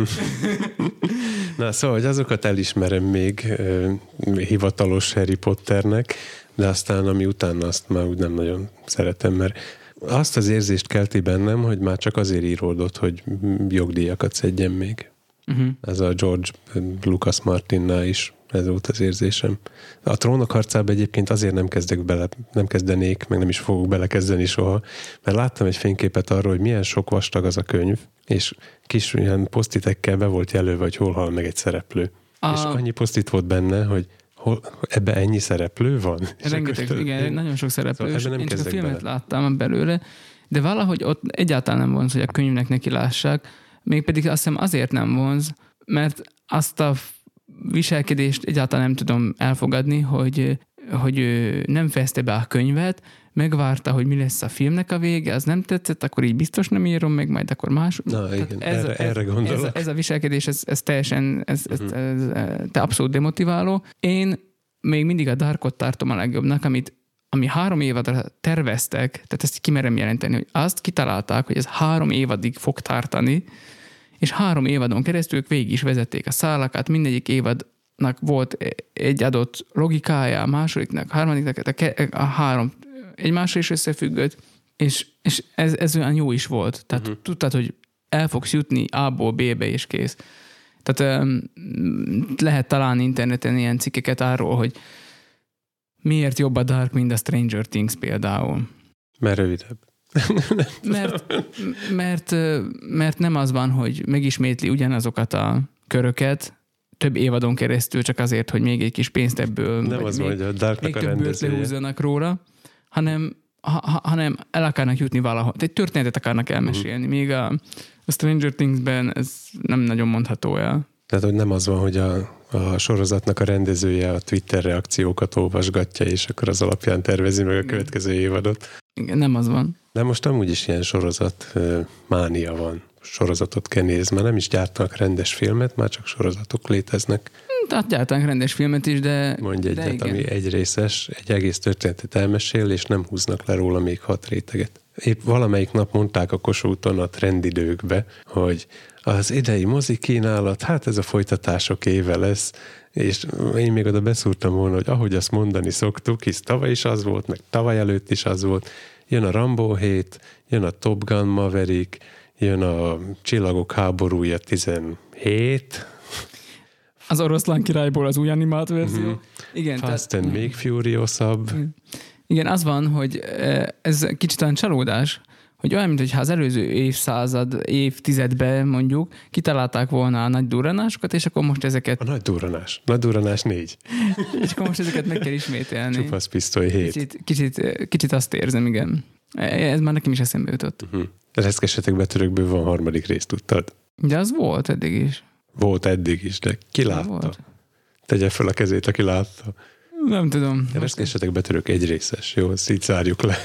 Na, szóval, hogy azokat elismerem még hivatalos Harry Potternek, de aztán ami utána azt már úgy nem nagyon szeretem, mert azt az érzést kelti bennem, hogy már csak azért íródott, hogy jogdíjakat szedjen még. Ez a George Lucas Martinnál is Ez volt az érzésem. A Trónok harcába egyébként azért nem kezdenék, meg nem is fogok belekezdeni soha, mert láttam egy fényképet arról, hogy milyen sok vastag az a könyv, és kis ilyen posztitekkel be volt jelölve, hogy hol hal meg egy szereplő. És annyi posztit volt benne, hogy ebbe ennyi szereplő van? Rengeteg, igen, nagyon sok szereplő. Szóval én csak a filmet láttam belőle, de valahogy ott egyáltalán nem vonz, hogy a könyvnek neki lássák, mégpedig azt hiszem azért nem vonz, mert azt a viselkedést egyáltalán nem tudom elfogadni, hogy nem fejezte be a könyvet, megvárta, hogy mi lesz a filmnek a vége, az nem tetszett, akkor így biztos nem írom meg, majd akkor más. Na igen, erre gondolok. Ez a viselkedés, ez teljesen, ez abszolút demotiváló. Én még mindig a Darkot tartom a legjobbnak, ami 3 évadra terveztek, tehát ezt kimerem jelenteni, hogy azt kitalálták, hogy ez 3 évadig fog tartani, és 3 évadon keresztül ők végig is vezették a szálakat, mindegyik évadnak volt egy adott logikája, a másodiknak, a harmadiknak, a 3 egymásra is összefüggött, és ez olyan jó is volt. Tehát tudtad, hogy el fogsz jutni A-ból B-be, és kész. Tehát lehet találni interneten ilyen cikkeket arról, hogy miért jobb a Dark, mint a Stranger Things például. Mert rövidebb. Mert nem az van, hogy megismétli ugyanazokat a köröket több évadon keresztül csak azért, hogy még egy kis pénzt ebből nem az van, hogy a Darknak a rendezője lehúzzanak róla, hanem el akarnak jutni valahol. Egy történetet akarnak elmesélni. Még a Stranger Things-ben ez nem nagyon mondható el. Tehát, hogy nem az van, hogy a sorozatnak a rendezője a Twitter reakciókat olvasgatja, és akkor az alapján tervezi meg a következő évadot. Igen, nem az van. De most amúgy is ilyen sorozat mánia van. Sorozatot kell nézni. Már nem is gyártanak rendes filmet, már csak sorozatok léteznek. Tehát gyártanak rendes filmet is, de... Mondj egyet, ami egyrészes, egy egész történetet elmesél, és nem húznak le róla még 6 réteget. Épp valamelyik nap mondták a Kossuthon a trendidőkbe, hogy az idei mozikínálat, hát ez a folytatások éve lesz, és én még oda beszúrtam volna, hogy ahogy azt mondani szoktuk, hisz tavaly is az volt, meg tavaly előtt is az volt, jön a Rambo 7, jön a Top Gun Maverick, jön a Csillagok háborúja 17. Az Oroszlán királyból az új animált verzió. Igen, Fast and még Furious-abb. Igen, az van, hogy ez kicsit olyan csalódás, hogy olyan, mintha az előző évtizedben mondjuk kitalálták volna a nagy durranásokat, és akkor most ezeket... A nagy durranás. Nagy durranás 4. És akkor most ezeket meg kell ismételni. Csupasz pisztoly 7. Kicsit azt érzem, igen. Ez már nekem is eszembe jutott. Reszkesetek betörökből van 3. rész, tudtad? De az volt eddig is. Volt eddig is, de ki látta? Tegye fel a kezét, aki látta. Nem tudom. Reszkesetek betörök 1 részes. Jó, ezt így zárjuk le.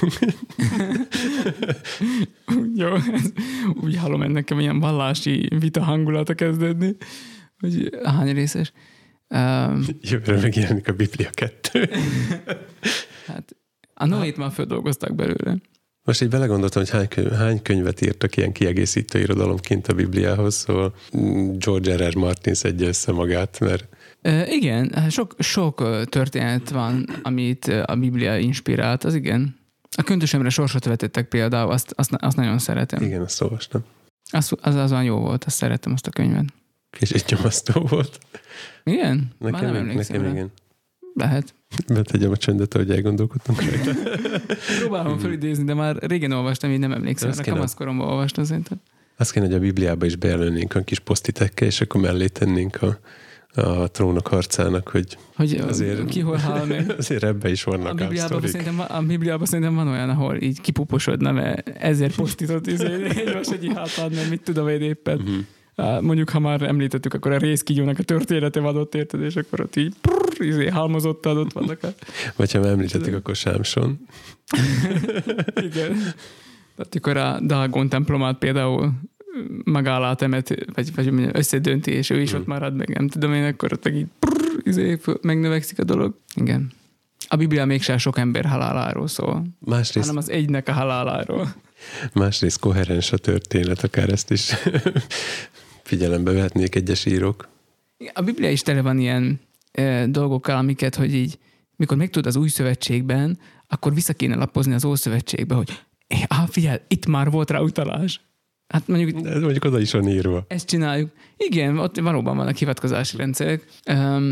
Jó, úgy hallom, nekem ilyen vallási vita hangulata kezdődni, hogy hány részes. Jövőre megjelenik a Biblia 2. Hát a Noét már földolgozták belőle. Most így belegondoltam, hogy hány könyvet írtak ilyen kiegészítő irodalomként a Bibliához, szóval George R.R. Martin szedje össze magát, mert... Igen, sok történet van, amit a Biblia inspirált, az igen. A Köntösemre sorsot vetettek például, azt nagyon szeretem. Igen, azt olvastam. Az olyan jó volt, azt szeretem azt a könyvet. És egy nyomasztó volt. Igen? Nekem igen. Lehet. Betegyem a csöndet, ahogy elgondolkodtunk rajta. Próbálom felidézni, de már régen olvastam, így nem emlékszem. A kamaszkoromban olvastam szerintem. Azt kéne, hogy a Bibliába is bejelölnénk a kis posztitekkel, és akkor mellé tennénk a Trónok harcának, hogy azért, ki hol hál meg. Azért ebbe is vannak a Bibliában szerintem van olyan, ahol így kipuposodna, mert 1000 posztitot egy hátad, mert mit tudom én éppen. Mondjuk, ha már említettük, akkor a részkígyónak a története adott, érted, és akkor ott így halmozott adott vannak. Vagy ha már említettük, akkor Sámson. Igen. Tehát akkor a Dagon templomát például magálá temet, vagy összedönti, és ő is ott marad, meg nem tudom én, akkor ott meg így megnövekszik a dolog. Igen. A Biblia mégsem sok ember haláláról szól, hanem az egynek a haláláról. Másrészt koherens a történet, akár ezt is figyelembe vehetnék egyes írók. A Biblia is tele van ilyen dolgokkal, amiket, hogy így, mikor megtud az új szövetségben, akkor vissza kéne lapozni az Ószövetségbe, hogy figyelj, itt már volt rá utalás. Hát mondjuk oda is van írva. Ezt csináljuk. Igen, ott valóban vannak hivatkozási rendszerek.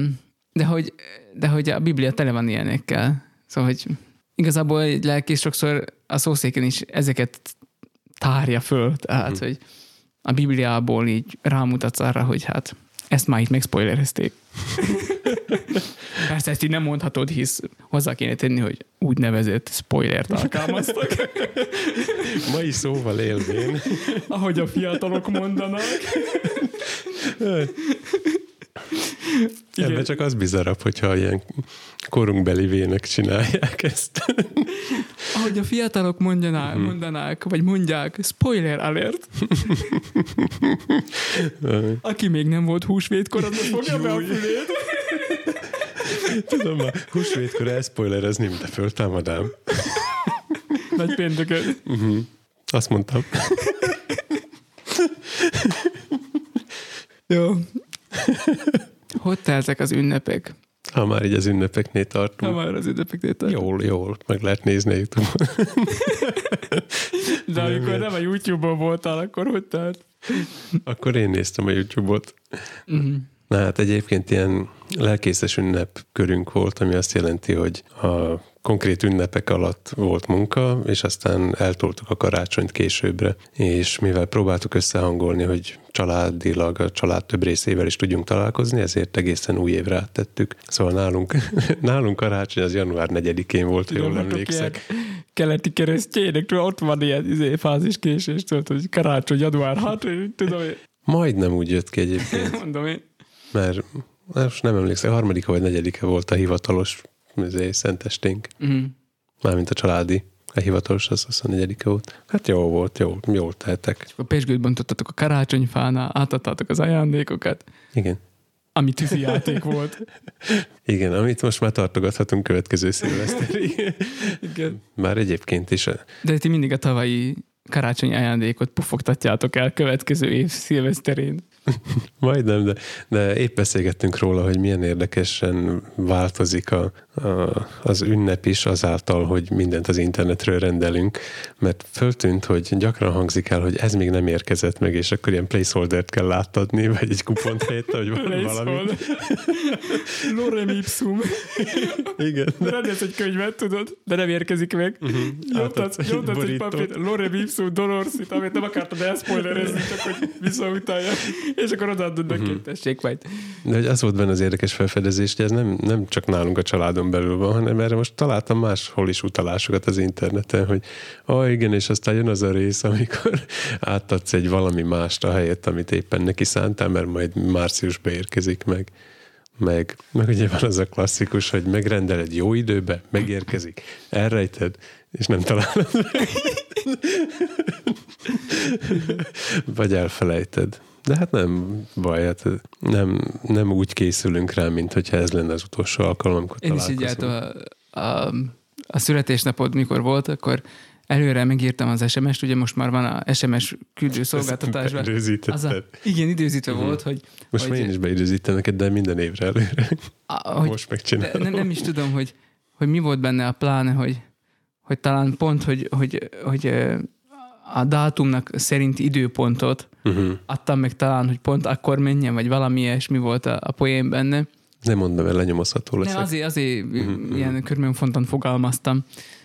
de hogy a Biblia tele van ilyenekkel. Szóval, hogy igazából egy lelkész sokszor a szószéken is ezeket tárja föl. Tehát, hogy a Bibliából így rámutatsz arra, hogy hát ezt már itt megspoilerezték. Persze ezt így nem mondhatod, hisz hozzá kéne tenni, hogy úgynevezett spoilert alkalmaztak. Mai szóval élvén. Ahogy a fiatalok mondanak. Ebben csak az bizarrabb, hogyha ilyen korunkbeli vének csinálják ezt. Ahogy a fiatalok mondanák, vagy mondják, spoiler alert. Aki még nem volt húsvétkor, az fogja be a fülét. Tudom, már húsvétkor elszpoilerezni, de föltámadám. Nagy pénteket. Azt mondtam. Jó. Hogy teltek az ünnepek? Ha már így az ünnepeknél tartunk. Jól, meg lehet nézni a YouTube-on. De amikor nem a YouTube-on voltál, akkor hogy telt? Akkor én néztem a YouTube-ot. Na hát egyébként ilyen lelkészes ünnepkörünk volt, ami azt jelenti, hogy a konkrét ünnepek alatt volt munka, és aztán eltoltuk a karácsonyt későbbre, és mivel próbáltuk összehangolni, hogy családilag a család több részével is tudjunk találkozni, ezért egészen új évre áttettük. Szóval nálunk karácsony az január 4-én volt, jól emlékszek. Keleti keresztjének, ott van ilyen fáziskésés, hogy karácsony január 6, tudom én. Majdnem úgy jött ki egyébként. Mondom én. Mert most nem emlékszem, 3. vagy 4. volt a hivatalos szentesténk. Mármint a családi. A hivatalos az 24. volt. Hát jó volt, jól tehetek. És akkor pezsgőt bontottatok a karácsonyfánál, átadtátok az ajándékokat. Igen. Ami tűzi játék volt. Igen, amit most már tartogathatunk következő szilveszterig. Igen. Már egyébként is. De ti mindig a tavalyi karácsonyi ajándékot pufogtatjátok el következő év szilveszterén. Majdnem, de épp beszélgettünk róla, hogy milyen érdekesen változik az ünnep is azáltal, hogy mindent az internetről rendelünk, mert föltűnt, hogy gyakran hangzik el, hogy ez még nem érkezett meg, és akkor ilyen placeholdert kell átadni, vagy egy kupont helyette, vagy valami. Lorem ipsum. Igen. Rendelsz egy könyvet, tudod, de nem érkezik meg. Nyomtatsz egy papírt, Lorem ipsum dolorsit, amit nem akartad elszpoilerezni, csak hogy visszautálják. És akkor odaadod neki, tessék majd. De hogy az volt benne az érdekes felfedezés, hogy ez nem csak nálunk a családon belül van, hanem erre most találtam máshol is utalásokat az interneten, hogy igen, és aztán jön az a rész, amikor átadsz egy valami mást a helyet, amit éppen neki szántál, mert majd márciusban érkezik meg ugye van az a klasszikus, hogy megrendeled jó időbe, megérkezik, elrejted, és nem találod meg. Vagy elfelejted. De hát nem baj, hát nem úgy készülünk rá, mint hogyha ez lenne az utolsó alkalom, amikor találkozunk. Én is így a születésnapod mikor volt, akkor előre megírtam az SMS-t, ugye most már van a SMS küldőszolgáltatásban. Időzítetted. Igen, időzítve volt, hogy... Most hogy, én is beidőzítem neked, de minden évre előre. Most megcsinálom. Nem is tudom, hogy mi volt benne a pláne, hogy talán pont, hogy a dátumnak szerinti időpontot adtam meg talán, hogy pont akkor menjen, vagy valami ilyesmi volt a poén benne. Nem mondom, mert lenyomozható leszek. Azért ilyen körülbelül fonton fogalmaztam.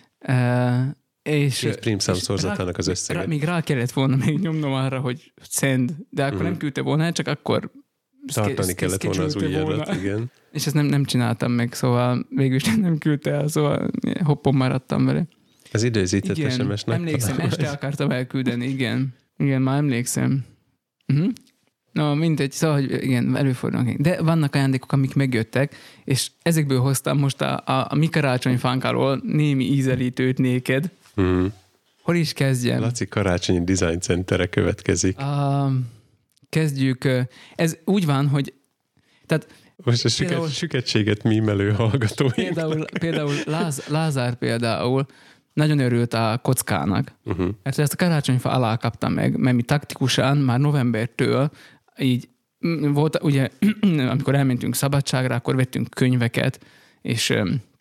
És prímszám szorzatának az összeget. Még rá kellett volna még nyomnom arra, hogy send, de akkor nem küldte volna, csak akkor tartani kellett volna az új jelet, igen. És ezt nem csináltam meg, szóval végül is nem küldte el, szóval hoppon maradtam vele. Az időzített SMS-nek. Emlékszem, este akartam elküldeni, igen. Igen, már emlékszem. No, mindegy, szóval, hogy igen, előfordulnak. De vannak ajándékok, amik megjöttek, és ezekből hoztam most a mi karácsonyfánkáról némi ízelítőt néked. Hol is kezdjem? Laci karácsonyi Design Centere következik. Kezdjük. Ez úgy van, hogy tehát most a süketséget mímelő hallgatóink. Például Lázár például nagyon örült a kockának. Mert ezt a karácsonyfa alá kaptam meg, mert mi taktikusan már novembertől így volt, ugye, amikor elmentünk szabadságra, akkor vettünk könyveket, és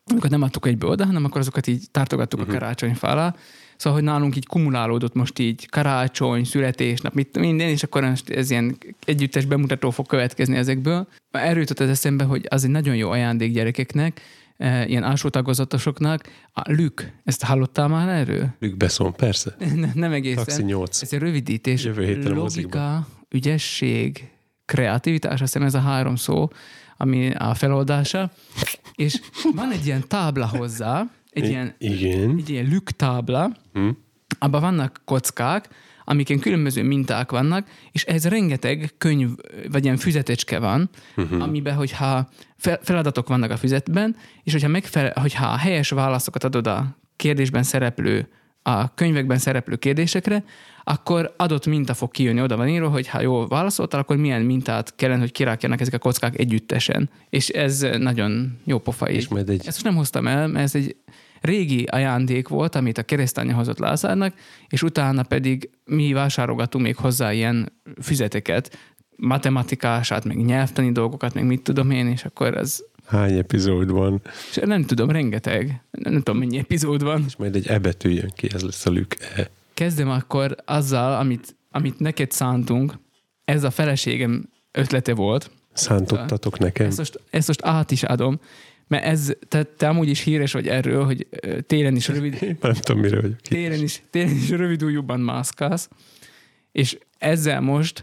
Azokat nem adtuk egybe oda, hanem akkor azokat így tartogattuk a karácsonyfa alá. Szóval, hogy nálunk így kumulálódott most így karácsony, születésnap, minden, és akkor ez ilyen együttes bemutató fog következni ezekből. Erről jutott az eszembe, hogy az egy nagyon jó ajándék gyerekeknek, ilyen alsó tagozatosoknak. A Lük, ezt hallottál már erről? Lük Besson, persze. Nem egészen. Taxi 8. Ez egy rövidítés. Jövő héten a mozikban. Logika, ügyesség, kreativitás, azt hiszem ez a 3 szó, ami a feloldása. És van egy ilyen tábla hozzá, egy ilyen Lük tábla, abban vannak kockák, amiken különböző minták vannak, és ez rengeteg könyv, vagy ilyen füzetecske van, amiben, hogyha feladatok vannak a füzetben, és hogyha a helyes válaszokat adod a kérdésben szereplő, a könyvekben szereplő kérdésekre, akkor adott minta fog kijönni, oda van írva, hogy ha jól válaszoltál, akkor milyen mintát kellene, hogy kirákjanak ezek a kockák együttesen. És ez nagyon jó pofa. És ezt most nem hoztam el, mert ez egy régi ajándék volt, amit a keresztanyja hozott Lázárnak, és utána pedig mi vásárolgatunk még hozzá ilyen füzeteket, matematikását, meg nyelvtani dolgokat, meg mit tudom én, és akkor ez... Hány epizód van? És nem tudom, rengeteg. Nem tudom, mennyi epizód van. És majd egy betű jön ki, ez lesz a Lük E. Kezdem akkor azzal, amit neked szántunk. Ez a feleségem ötlete volt. Szántottatok nekem? Ezt most át is adom, mert te amúgy is híres vagy erről, hogy télen is rövid... Nem tudom, mire vagyok. Télen is rövid ujjúban mászkálsz, és ezzel most,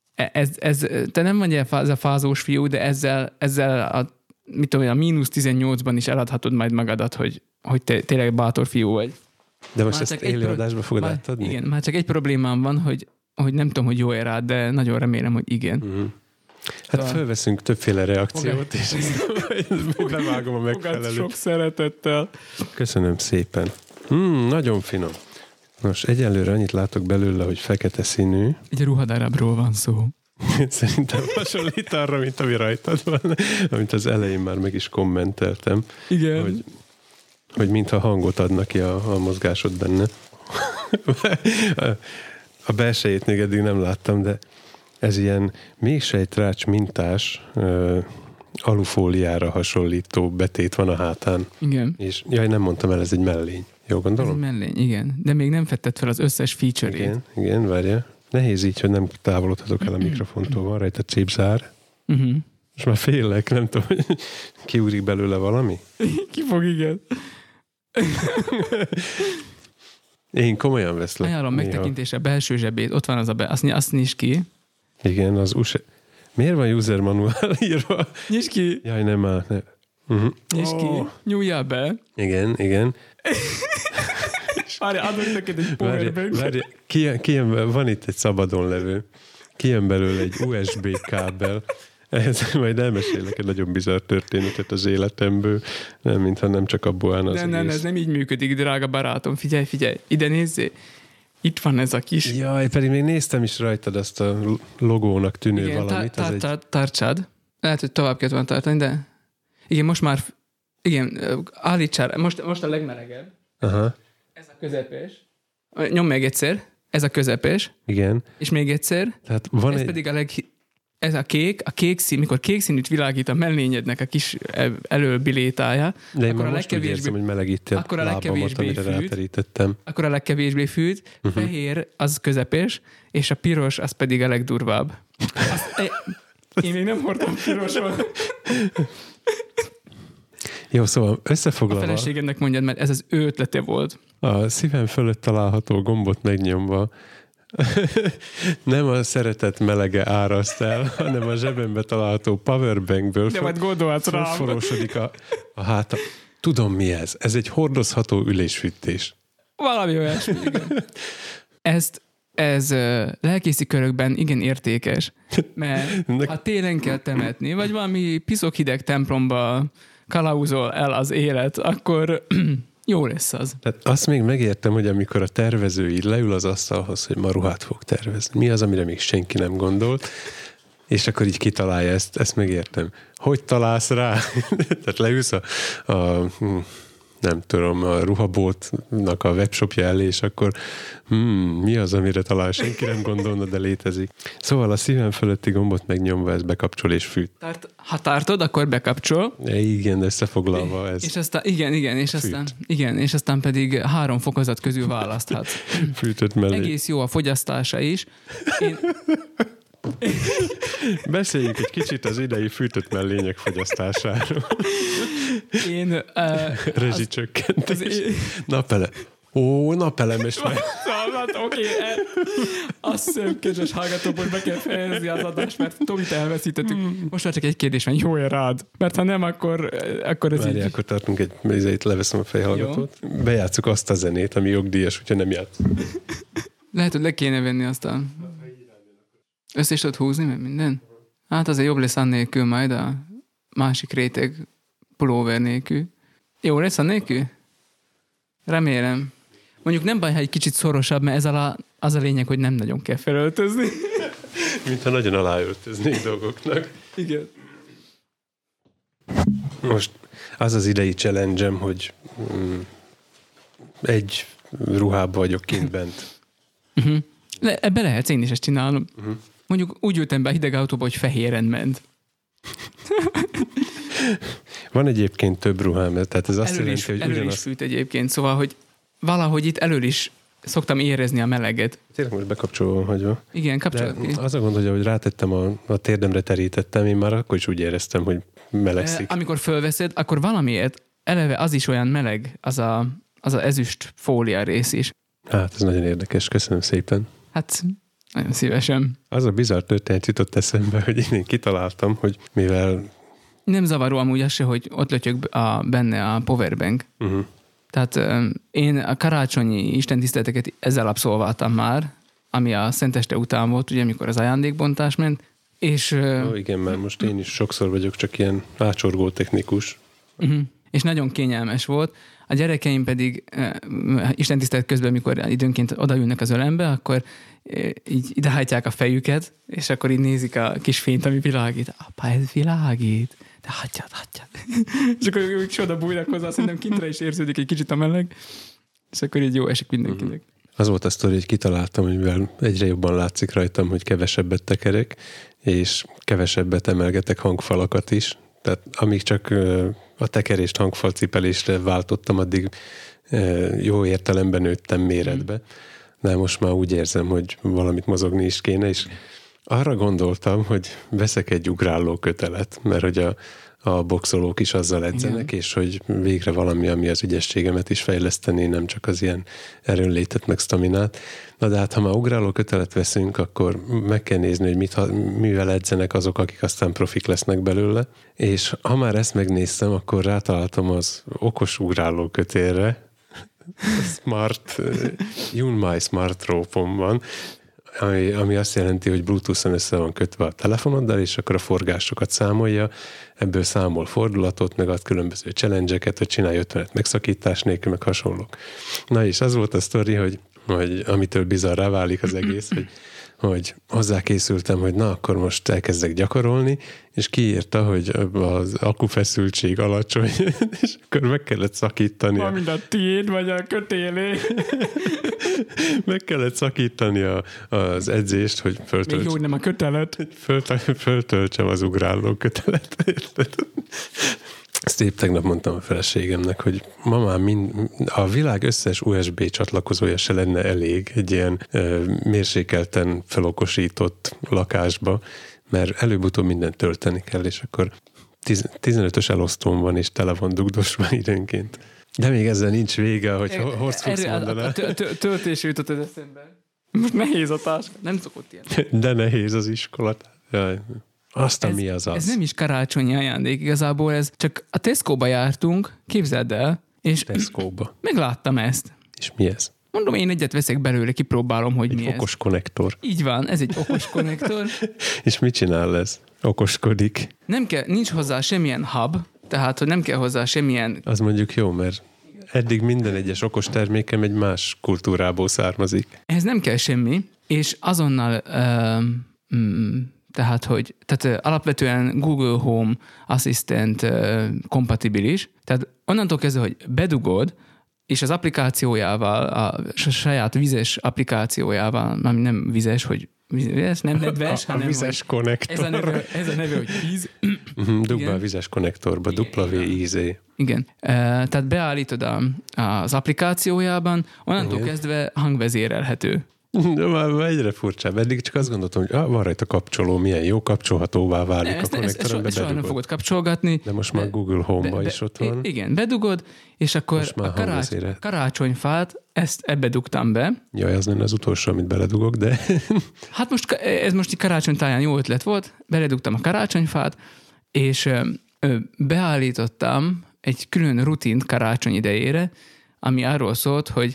te nem vagy ez a fázós fiú, de ezzel a mínusz 18-ban is eladhatod majd magadat, hogy te tényleg bátor fiú vagy. De most ezt élőadásba fogod átadni? Igen, már csak egy problémám van, hogy nem tudom, hogy jó-e rád, de nagyon remélem, hogy igen. Uh-huh. Hát fölveszünk többféle reakciót, és bevágom a megfelelőt. Sok szeretettel. Köszönöm szépen. Nagyon finom. Nos, egyelőre annyit látok belőle, hogy fekete színű. Egy ruhadarabról van szó. Szerintem hasonlít arra, mint ami rajtad van, amit az elején már meg is kommenteltem. Igen. Hogy mintha hangot adnak ki a mozgásod benne. A belsejét még eddig nem láttam, de ez ilyen mégsejtrács mintás alufóliára hasonlító betét van a hátán. Igen. És nem mondtam el, ez egy mellény. Jó gondolom? Ez egy mellény, igen. De még nem fetted fel az összes feature-ét. Igen, várja. Nehéz így, hogy nem távolodhatok el a mikrofontól. Van rajta csípzár. Most már félek, nem tudom, hogy kiúrik belőle valami? Ki fog, igen. Én komolyan veszlek. Ajánlom megtekintése a belső zsebét. Ott van az azt nyisd ki. Igen, az USA... Miért van user manuál írva? Nyisd ki. Jaj, nem áll. Nyisd ki. Nyúljál be. Igen. Várj, adok neked egy powerbank. Várj, van itt egy szabadon levő. Kijön belőle egy USB kábel. Ehhez majd elmesélek egy nagyon bizarr történetet az életemből, mintha nem csak abból állna az egész. Nem, ez nem így működik, drága barátom. Figyelj, ide nézzél. Itt van ez a kis... Jaj, pedig még néztem is rajtad azt a logónak tűnő igen, valamit. Tartsád. Lehet, hogy tovább kellett volna tartani, de... Igen, most már... Igen, állítsál. Most a legmelegebb. Aha. Ez a közepes. Nyom meg egyszer. Ez a közepes. Igen. És még egyszer. Tehát van ez pedig ez a kék szín, mikor kék színűt világít a mellényednek a kis előbilétája. De én már most úgy érzem, hogy melegíti a lábamat, amire ráterítettem. Akkor a legkevésbé fűt, fehér az közepes, és a piros az pedig a legdurvább. Én még nem hordtam piroson. Jó, szóval összefoglalva... A feleségemnek mondjad, mert ez az ő ötlete volt. A szívem fölött található gombot megnyomva nem a szeretet melege áraszt el, hanem a zsebembe található powerbankből fölforrósodik a háta. Tudom mi ez. Ez egy hordozható ülésfűtés. Valami olyasmi, igen. Ez lelkészi körökben igen értékes, mert ha télen kell temetni, vagy valami piszok hideg templomba kalauzol el az élet, akkor jó lesz az. Tehát azt még megértem, hogy amikor a tervező így leül az asztalhoz, hogy ma ruhát fog tervezni. Mi az, amire még senki nem gondolt, és akkor így kitalálja ezt megértem. Hogy találsz rá? Tehát leülsz a nem tudom, a ruhaboltnak a webshopja elé, és akkor mi az, amire talán senki nem gondolna, de létezik. Szóval a szívem fölötti gombot megnyomva ez bekapcsol és fűt. Ha tartod, akkor bekapcsol. Igen, összefoglalva ez. És aztán, és aztán pedig 3 fokozat közül választhatsz. Fűtött mellé. Egész jó a fogyasztása is. Beszéljünk egy kicsit az idei fűtött mellények fogyasztásáról. Rezsicsökkentés. Napelemes meg. Oké. Azt hiszem, kedves hallgatók, hogy be kell fejezni az adást, mert Tomit elveszítettük. Most már csak egy kérdés van, jó-e rád? Mert ha nem, akkor ez így... akkor tartunk egy leveszem a fejhallgatót. Jó. Bejátszuk azt a zenét, ami jogdíjas, úgyhogy nem játszunk. Lehet, hogy le kéne venni aztán. Össze is tudod húzni, mert minden? Hát azért jobb lesz annélkül majd a másik réteg pulóver nélkül. Jó lesz annélkül? Remélem. Mondjuk nem baj, ha egy kicsit szorosabb, mert az a lényeg, hogy nem nagyon kell felöltözni. Mintha nagyon aláöltöznék dolgoknak. Igen. Most az az idei challenge-em, hogy egy ruhában vagyok kint bent. Ebbe lehetsz, én is ezt csinálom. Mondjuk úgy ültem be a hideg autóba, hogy fehéren ment. Van egyébként több ruhám, tehát ez azt jelenti, hogy elől is fűt egyébként, szóval, hogy valahogy itt elől is szoktam érezni a meleget. Tényleg most bekapcsolva van hagyva. Igen, kapcsolat ki. Az a gond, hogy ahogy rátettem a térdemre terítettem, én már akkor is úgy éreztem, hogy melegszik. Amikor fölveszed, akkor valamiért eleve az is olyan meleg, az a ezüst fólia rész is. Hát, ez nagyon érdekes, köszönöm szépen. Hát, nagyon szívesen. Az a bizarr történet jutott eszembe, hogy én kitaláltam, hogy mivel... Nem zavaró amúgy az se, hogy ott lötyög benne a powerbank. Tehát én a karácsonyi istentiszteleteket ezzel abszolváltam már, ami a Szenteste után volt, ugye, amikor az ajándékbontás ment, és... igen, mert most én is sokszor vagyok csak ilyen ácsorgó technikus. És nagyon kényelmes volt. A gyerekeim pedig istentisztelet közben, amikor időnként odaülnek az ölembe, akkor így idehajtják a fejüket, és akkor így nézik a kis fényt, ami világít. Apa, ez világít. De hagyjad. És akkor ők is oda bújnak hozzá, szerintem kintre is érződik egy kicsit a meleg, és akkor így jó esik mindenkinek. Az volt a sztori, hogy kitaláltam, hogy mivel egyre jobban látszik rajtam, hogy kevesebbet tekerek, és kevesebbet emelgetek hangfalakat is. Tehát amíg csak a tekerést hangfalcipelésre váltottam, addig jó értelemben nőttem méretbe. De most már úgy érzem, hogy valamit mozogni is kéne, és arra gondoltam, hogy veszek egy ugráló kötelet, mert hogy a boxolók is azzal edzenek, és hogy végre valami, ami az ügyességemet is fejleszteni, nem csak az ilyen erőnlétet meg sztaminát. Na de hát, ha már ugráló kötelet veszünk, akkor meg kell nézni, hogy mivel edzenek azok, akik aztán profik lesznek belőle. És ha már ezt megnéztem, akkor rátaláltam az okos ugráló kötélre, Smart, Yunmai Smart Rope-on van, ami azt jelenti, hogy Bluetooth-on össze van kötve a telefonoddal, és akkor a forgásokat számolja, ebből számol fordulatot, meg ad különböző challenge-eket, hogy csinálj 50-et megszakítás nélkül, meg hasonlók. Na és az volt a sztori, hogy amitől bizarrá válik az egész, hogy hozzákészültem, hogy na, akkor most elkezdek gyakorolni, és kiírta, hogy az akkufeszültség alacsony, és akkor meg kellett szakítani. Van mind a tiéd, vagy a kötélé. Meg kellett szakítani az edzést, hogy még jó, nem a kötelet. Föltöltsem az ugráló kötelet. Ezt épp tegnap mondtam a feleségemnek, hogy ma már a világ összes USB csatlakozója se lenne elég egy ilyen mérsékelten felokosított lakásba, mert előbb-utóbb mindent tölteni kell, és akkor 15-ös elosztóm van, és tele van dugdosva időnként. De még ezzel nincs vége, hogy Horst Fuchs mondaná. A töltés jutott az eszembe. Most nehéz a táska. Nem szokott ilyen. De nehéz az iskola. Jaj. Aztán mi az az? Ez nem is karácsonyi ajándék, igazából ez csak a Tesco-ba jártunk, képzeld el, és Tesco-ba. Megláttam ezt. És mi ez? Mondom, én egyet veszek belőle, kipróbálom, hogy mi ez. Egy okos konnektor. Így van, ez egy okos konnektor. És mit csinál ez? Okoskodik? Nincs hozzá semmilyen hub, tehát, hogy nem kell hozzá semmilyen... Az mondjuk jó, mert eddig minden egyes okos termékem egy más kultúrából származik. Ehhez nem kell semmi, és azonnal Tehát alapvetően Google Home Assistant kompatibilis, tehát onnantól kezdve, hogy bedugod, és az applikációjával, a saját vizes applikációjával, ami nem vizes, hogy vizes, nem nedves, hanem vizes konnektor. Ez a neve, hogy víz. Dugva a vizes konnektorba, WIZ. Igen. Tehát beállítod az applikációjában, onnantól kezdve hangvezérelhető. Már egyre furcsább. Eddig csak azt gondoltam, hogy van rajta kapcsoló, milyen jó, kapcsolhatóvá válik a konnektoron, ezt soha nem fogod kapcsolgatni. De most már Google Home-ba is ott van. Igen, bedugod, és akkor a karácsonyfát, ebbe dugtam be. Jaj, az lenne az utolsó, amit beledugok, de... Hát ez most így karácsonytáján jó ötlet volt, beledugtam a karácsonyfát, és beállítottam egy külön rutint karácsony idejére, ami arról szólt, hogy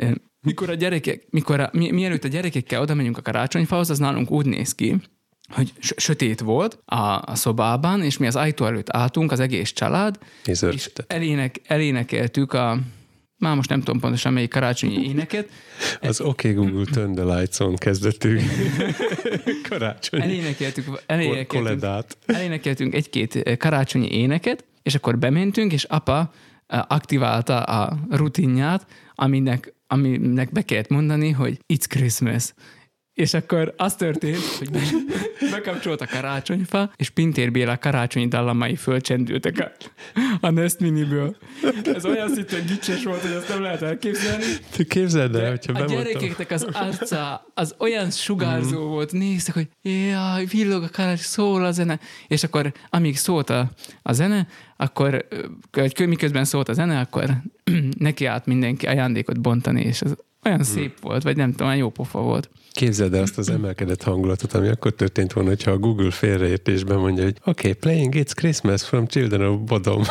mielőtt a gyerekekkel oda megyünk a karácsonyfához, az nálunk úgy néz ki, hogy sötét volt a szobában, és mi az ajtó előtt álltunk, az egész család, és elénekeltük már most nem tudom pontosan melyik karácsonyi éneket. Az OK Google Turn the Lights On kezdetű karácsonyi elénekeltünk egy-két karácsonyi éneket, és akkor bementünk, és apa aktiválta a rutinját, aminek be kellett mondani, hogy It's Christmas. És akkor az történt, hogy bekapcsolt a karácsonyfa, és Pintér Béla karácsonyi dallamai fölcsendültek a Nest Miniből. Ez olyan szintén gicses volt, hogy azt nem lehet elképzelni. Képzeld el, hogyha bemondtam. A gyerekeknek az arca az olyan sugárzó volt, néztek, hogy jaj, villog a karácsony, szól a zene. És akkor amíg szólt a zene, akkor miközben szólt a zene, akkor neki állt mindenki ajándékot bontani, és az olyan szép volt, vagy nem tudom, olyan jó pofa volt. Képzeld el azt az emelkedett hangulatot, ami akkor történt volna, hogyha a Google félreértésben mondja, hogy okay, playing It's Christmas from Children of Bodom.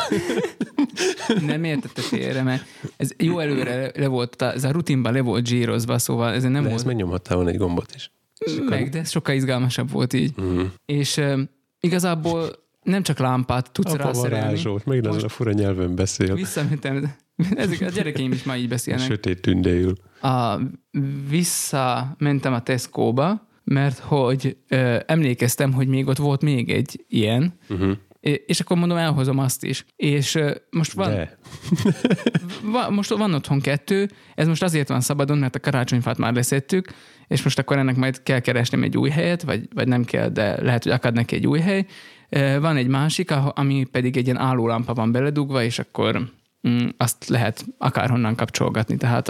Nem értette félre, mert ez jó előre le volt, ez a rutinban le volt zsírozva, szóval ez nem volt. Ezt megnyomhattál volna egy gombot is. De ez sokkal izgalmasabb volt így. És igazából nem csak lámpát tudsz rászerelni. Varázsolt, megint azon a fura nyelven beszél. Visszamentem, ezek a gyerekeim is már így beszélnek. Sötét tündéül. Visszamentem a Tesco-ba, mert hogy emlékeztem, hogy még ott volt még egy ilyen, és akkor mondom, elhozom azt is. És most most van otthon 2, ez most azért van szabadon, mert a karácsonyfát már leszettük, és most akkor ennek majd kell keresnem egy új helyet, vagy nem kell, de lehet, hogy akad neki egy új hely. Van egy másik, ami pedig egy ilyen állólámpa van beledugva, és akkor azt lehet akárhonnan kapcsolgatni, tehát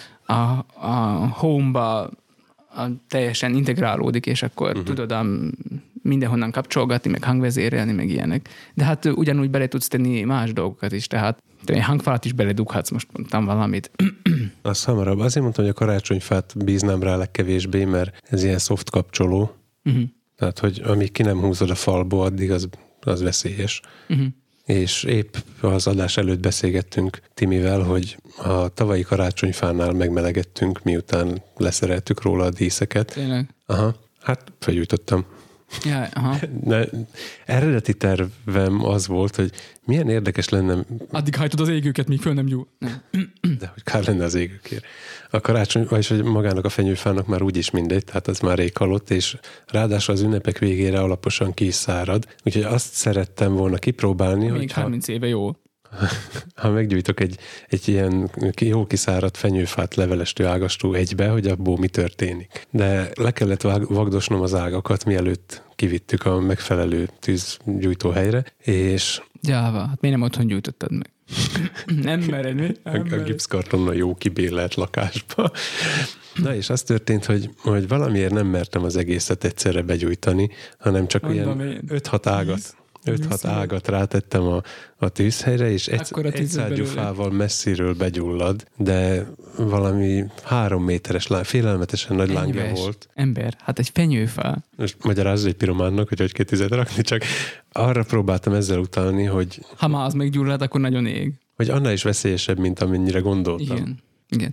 a home-ba teljesen integrálódik, és akkor tudod mindenhonnan kapcsolgatni, meg hangvezérelni, meg ilyenek. De hát ugyanúgy bele tudsz tenni más dolgokat is, tehát egy hangfát is beledughatsz, most mondtam valamit. Azt hamarabb. Azért mondtam, hogy a karácsonyfát bíznám rá legkevésbé, mert ez ilyen soft kapcsoló. Tehát, hogy amíg ki nem húzod a falból, addig az veszélyes. És épp az adás előtt beszélgettünk Timivel, hogy a tavalyi karácsonyfánál megmelegettünk, miután leszereltük róla a díszeket. Tényleg? Aha, hát felgyújtottam. Ja, aha. Eredeti tervem az volt, hogy milyen érdekes lenne... Addig hajtod az égőket, míg föl nem gyúl. De hogy kár lenne az égőkért. A karácsony, vagyis hogy magának a fenyőfának már úgyis mindegy, tehát az már rég halott, és ráadásul az ünnepek végére alaposan ki is szárad. Úgyhogy azt szerettem volna kipróbálni, még hogy 30 éve jó. Ha meggyújtok egy ilyen jó kiszáradt fenyőfát levelestő ágastó egybe, hogy abból mi történik. De le kellett vagdosnom az ágakat, mielőtt kivittük a megfelelő tűzgyújtó helyre, és... Jáva, hát miért nem otthon gyújtottad meg? Nem mered, mi? A gipszkartonnal jó kibérelt lakásba. Na és az történt, hogy valamiért nem mertem az egészet egyszerre begyújtani, hanem csak ilyen 5-6 ágat. 5-6 ágat rátettem a tűzhelyre, és egy szárgyúfával messziről begyullad, de valami 3 méteres félelmetesen nagy lángja volt. Ember, hát egy fenyőfa. Most magyarázz egy pirománnak, hogy kell tüzet rakni, csak arra próbáltam ezzel utalni, hogy... Ha már az meggyullad, akkor nagyon ég. Hogy annál is veszélyesebb, mint amennyire gondoltam. Igen.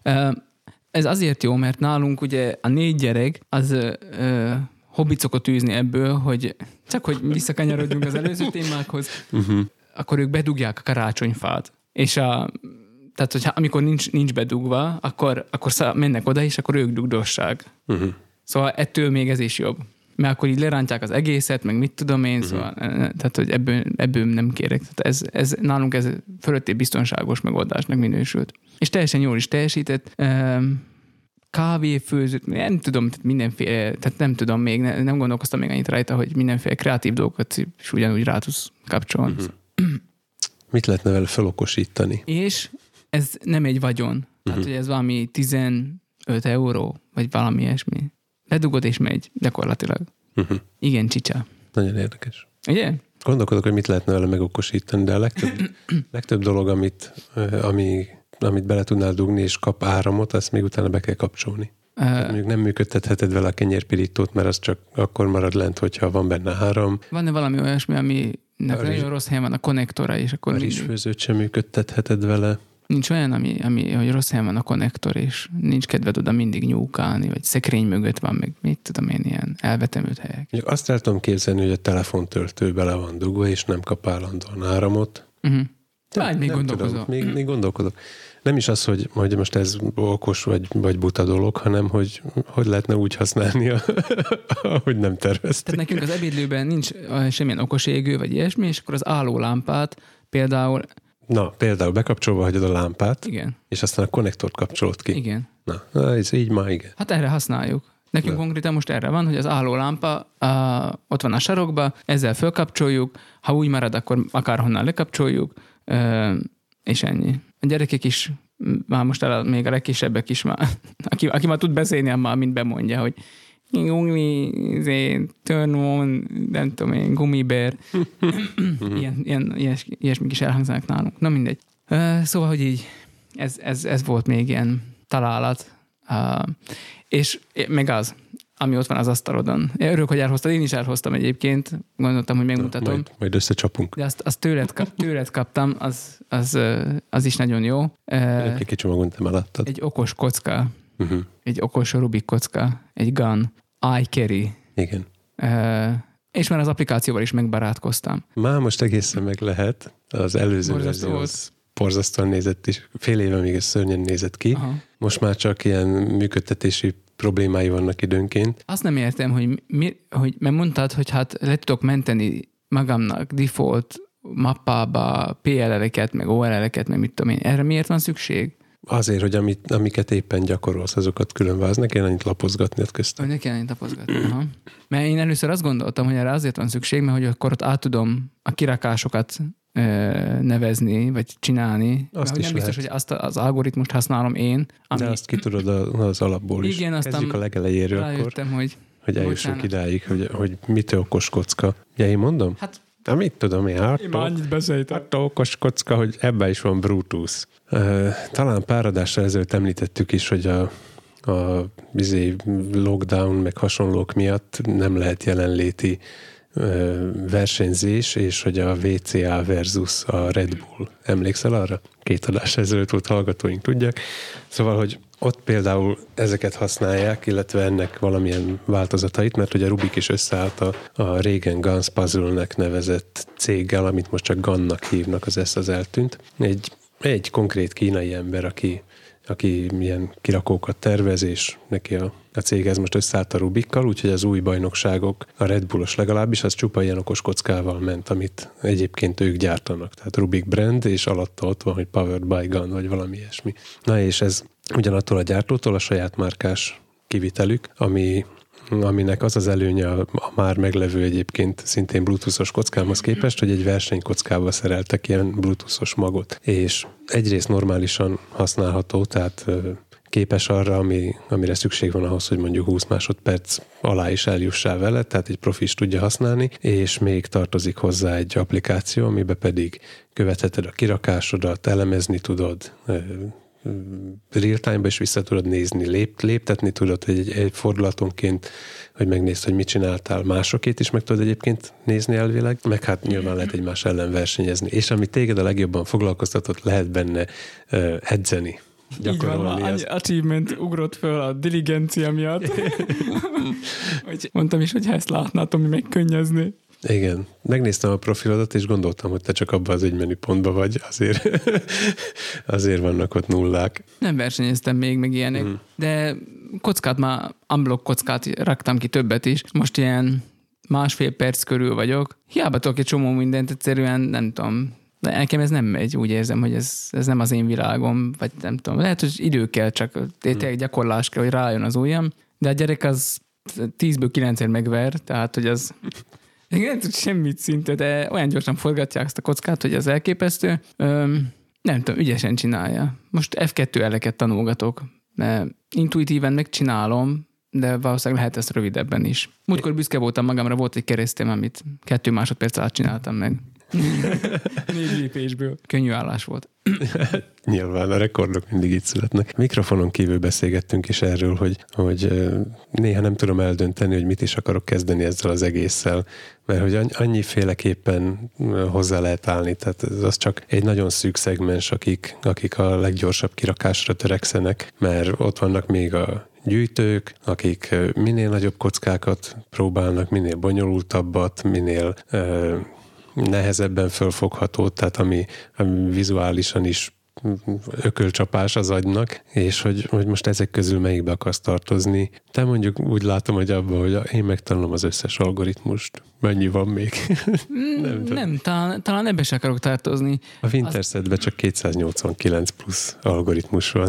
Ez azért jó, mert nálunk ugye a 4 gyerek az... hobbit szokott űzni ebből, hogy csak hogy visszakanyarodjunk az előző témákhoz, akkor ők bedugják a karácsonyfát. És tehát, hogyha amikor nincs bedugva, akkor mennek oda, és akkor ők dugdossák. Szóval ettől még ez is jobb. mert akkor így lerántják az egészet, meg mit tudom én, szóval, tehát, hogy ebből nem kérek. Tehát nálunk ez fölötti biztonságos megoldásnak minősült. És teljesen jól is teljesített. Kávéfőzőt, nem tudom, tehát mindenféle, tehát nem tudom még, nem gondolkoztam még annyit rajta, hogy mindenféle kreatív dolgokat is ugyanúgy rá tudsz kapcsolni. Mit lehetne vele felokosítani? És ez nem egy vagyon. Tehát, hogy ez valami 15 euró, vagy valami ilyesmi. Ledugod és megy, gyakorlatilag. Igen, csicsa. Nagyon érdekes. Ugye? Gondolkodok, hogy mit lehetne vele megokosítani, de a legtöbb dolog, amit bele tudnál dugni, és kap áramot, azt még utána be kell kapcsolni. Mondjuk nem működtetheted vele a kenyérpirítót, mert az csak akkor marad lent, hogyha van benne áram. Van-e valami olyasmi, ami nagyon rossz helyen van a konnektora, és akkor... A rizsfőzőt sem működtetheted vele. Nincs olyan, ami hogy rossz helyen van a konnektor, és nincs kedved oda mindig nyúkálni, vagy szekrény mögött van, meg mit tudom én, ilyen elvetemült helyek. Mondjuk azt el tudom képzelni, hogy a telefontöltő bele van dugva, és nem kap állandóan áramot. Még gondolkozol. Még gondolkodok. Nem is az, hogy most ez okos vagy buta dolog, hanem hogy lehetne úgy használni, ahogy nem tervezték. Tehát nekünk az ebédlőben nincs semmilyen okos égő, vagy ilyesmi, és akkor az állólámpát például bekapcsolva hagyod a lámpát, igen. És aztán a konnektort kapcsolod ki. Igen. Na, ez így már igen. Hát erre használjuk. Nekünk konkrétan most erre van, hogy az állólámpa ott van a sarokba, ezzel fölkapcsoljuk, ha úgy marad, akkor akárhonnan lekapcsoljuk, és ennyi. A gyerekek is, már most még a legkisebbek is már, aki már tud beszélni, már mind bemondja, hogy turn on, nem tudom én, gumibér. Ilyesmik is elhangzanak nálunk. Na mindegy. Szóval, hogy így ez volt még ilyen találat. És meg az, ami ott van az asztalodon. Örülök, hogy elhoztad, én is elhoztam egyébként, gondoltam, hogy megmutatom. Majd összecsapunk. De azt tőled kaptam, az is nagyon jó. Egy kicsomagot nem eladtad. Egy okos kocka, egy okos Rubik kocka, egy gun, iCarry. Igen. És már az applikációval is megbarátkoztam. Már most egészen meg lehet, az előző verzió borzasztóan nézett is, fél éve még ez szörnyen nézett ki. Aha. Most már csak ilyen működtetési problémái vannak időnként. Azt nem értem, hogy mert mondtad, hogy hát le tudok menteni magamnak default mappába PLL-eket, meg OLL-eket, meg mit tudom én. Erre miért van szükség? Azért, hogy amiket éppen gyakorolsz, azokat különváz. Ne kell annyit lapozgatni köztem. Ne kell annyit lapozgatni, aha. Mert én először azt gondoltam, hogy erre azért van szükség, mert hogy akkor ott át tudom a kirakásokat nevezni, vagy csinálni. Azt is nem biztos, hogy azt az algoritmust használom én. De azt ki tudod az alapból is. Igen, kezdjük a legelejéről rájöttem, akkor, hogy eljussunk idáig, hogy mitől okos kocka. Ja, én mondom? Hát mit tudom én, annyit beszéltem. Attól okos kocka, hogy ebben is van Bluetooth. Talán pár adással ezelőtt említettük is, hogy a lockdown meg hasonlók miatt nem lehet jelenléti versenyzés, és hogy a VCA versus a Red Bull. Emlékszel arra? 2 adás ezelőtt volt, hallgatóink tudják. Szóval, hogy ott például ezeket használják, illetve ennek valamilyen változatait, mert ugye a Rubik is összeállt a régen Guns Puzzle-nek nevezett céggel, amit most csak Gunnak hívnak, az eltűnt. Egy konkrét kínai ember, aki ilyen kirakókat tervez, és neki a cég ez most összeállt a Rubikkal, úgyhogy az új bajnokságok, a Red Bullos legalábbis, az csupa ilyen okos kockával ment, amit egyébként ők gyártanak. Tehát Rubik brand, és alatta ott van, hogy Powered by Gun, vagy valami ilyesmi. Na és ez ugyanattól a gyártótól a saját márkás kivitelük, aminek az az előnye a már meglevő egyébként szintén bluetoothos kockámhoz képest, hogy egy versenykockába szereltek ilyen bluetoothos magot. És egyrészt normálisan használható, tehát képes arra, amire szükség van ahhoz, hogy mondjuk 20 másodperc alá is eljussál vele, tehát egy profi is tudja használni, és még tartozik hozzá egy applikáció, amiben pedig követheted a kirakásodat, elemezni tudod, real-time-ba is vissza tudod nézni, léptetni tudod egy fordulatonként, hogy megnézd, hogy mit csináltál, másokét is meg tudod egyébként nézni elvileg, meg hát nyilván lehet egymás ellen versenyezni. És ami téged a legjobban foglalkoztatott, lehet benne edzeni. Így van, annyi achievement ugrott föl a diligencia miatt. Mondtam is, hogy ha ezt látnátom, mi megkönnyezni. Igen. Megnéztem a profilodat, és gondoltam, hogy te csak abban az egy menüpontban vagy, azért vannak ott nullák. Nem versenyeztem még, meg ilyenek, de kockát már, unblock kockát raktam ki többet is. Most ilyen 1,5 perc körül vagyok. Hiába tudok egy csomó mindent, egyszerűen nem tudom. De nekem ez nem megy, úgy érzem, hogy ez nem az én világom, vagy nem tudom. Lehet, hogy idő kell, csak tényleg gyakorlás kell, hogy rájön az ujjam, de a gyerek az 10-ből 9-szer megver, tehát, hogy az nem tud semmit szinte, de olyan gyorsan forgatják azt a kockát, hogy az elképesztő. Nem tudom, ügyesen csinálja. Most F2 eleket tanulgatok, mert intuitíven megcsinálom, de valószínűleg lehet ezt rövidebben is. Múltkor büszke voltam magamra, volt egy keresztém, amit 2 másodperc alatt csináltam meg. 4 lépésből. Könnyű állás volt. Nyilván a rekordok mindig így születnek. Mikrofonon kívül beszélgettünk is erről, hogy néha nem tudom eldönteni, hogy mit is akarok kezdeni ezzel az egésszel, mert hogy annyiféleképpen hozzá lehet állni, tehát az csak egy nagyon szűk szegmens, akik a leggyorsabb kirakásra törekszenek, mert ott vannak még a gyűjtők, akik minél nagyobb kockákat próbálnak, minél bonyolultabbat, minél nehezebben fölfogható, tehát ami vizuálisan is ökölcsapás az agynak, és hogy most ezek közül melyikbe akarsz tartozni. Te mondjuk úgy látom, hogy abban, hogy én megtanulom az összes algoritmust. Mennyi van még? Nem, talán ebbe sem akarok tartozni. A Wintersetben csak 289 plusz algoritmus van.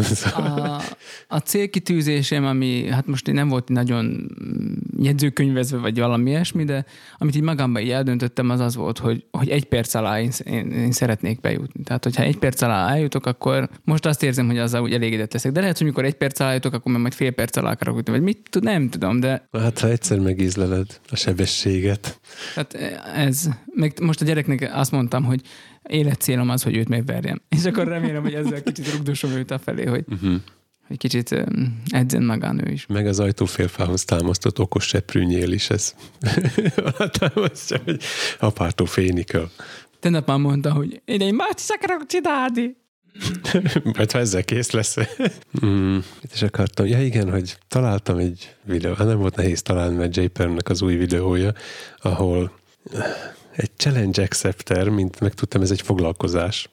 A célkitűzésem, ami hát most nem volt nagyon jegyzőkönyvezve, vagy valami ilyesmi, de amit így magamban így eldöntöttem, az volt, hogy 1 perc alá én szeretnék bejutni. Tehát, hogyha 1 perc alá eljutok, akkor most azt érzem, hogy azzal úgy elégedett leszek. De lehet, hogy mikor 1 perc alá jutok, akkor majd fél perc alá akarok jutni, vagy mit, nem tudom, de... Hát, ha egyszer megízleled a sebességet. Tehát ez, meg most a gyereknek azt mondtam, hogy életcélom az, hogy őt megverjem. És akkor remélem, hogy ezzel kicsit rugdosom őt afelé, hogy kicsit edzen magán ő is. Meg az ajtófélfához támasztott okos seprűnyél is ez alátámasztja, hogy apától félni kell. Tegnap már mondta, hogy én más is akarok csinálni. Majd ha ezzel kész lesz. Mit is akartam? Ja igen, hogy találtam egy videót. Nem volt nehéz találni, mert J-Permnek az új videója, ahol egy challenge acceptor, mint megtudtam, ez egy foglalkozás.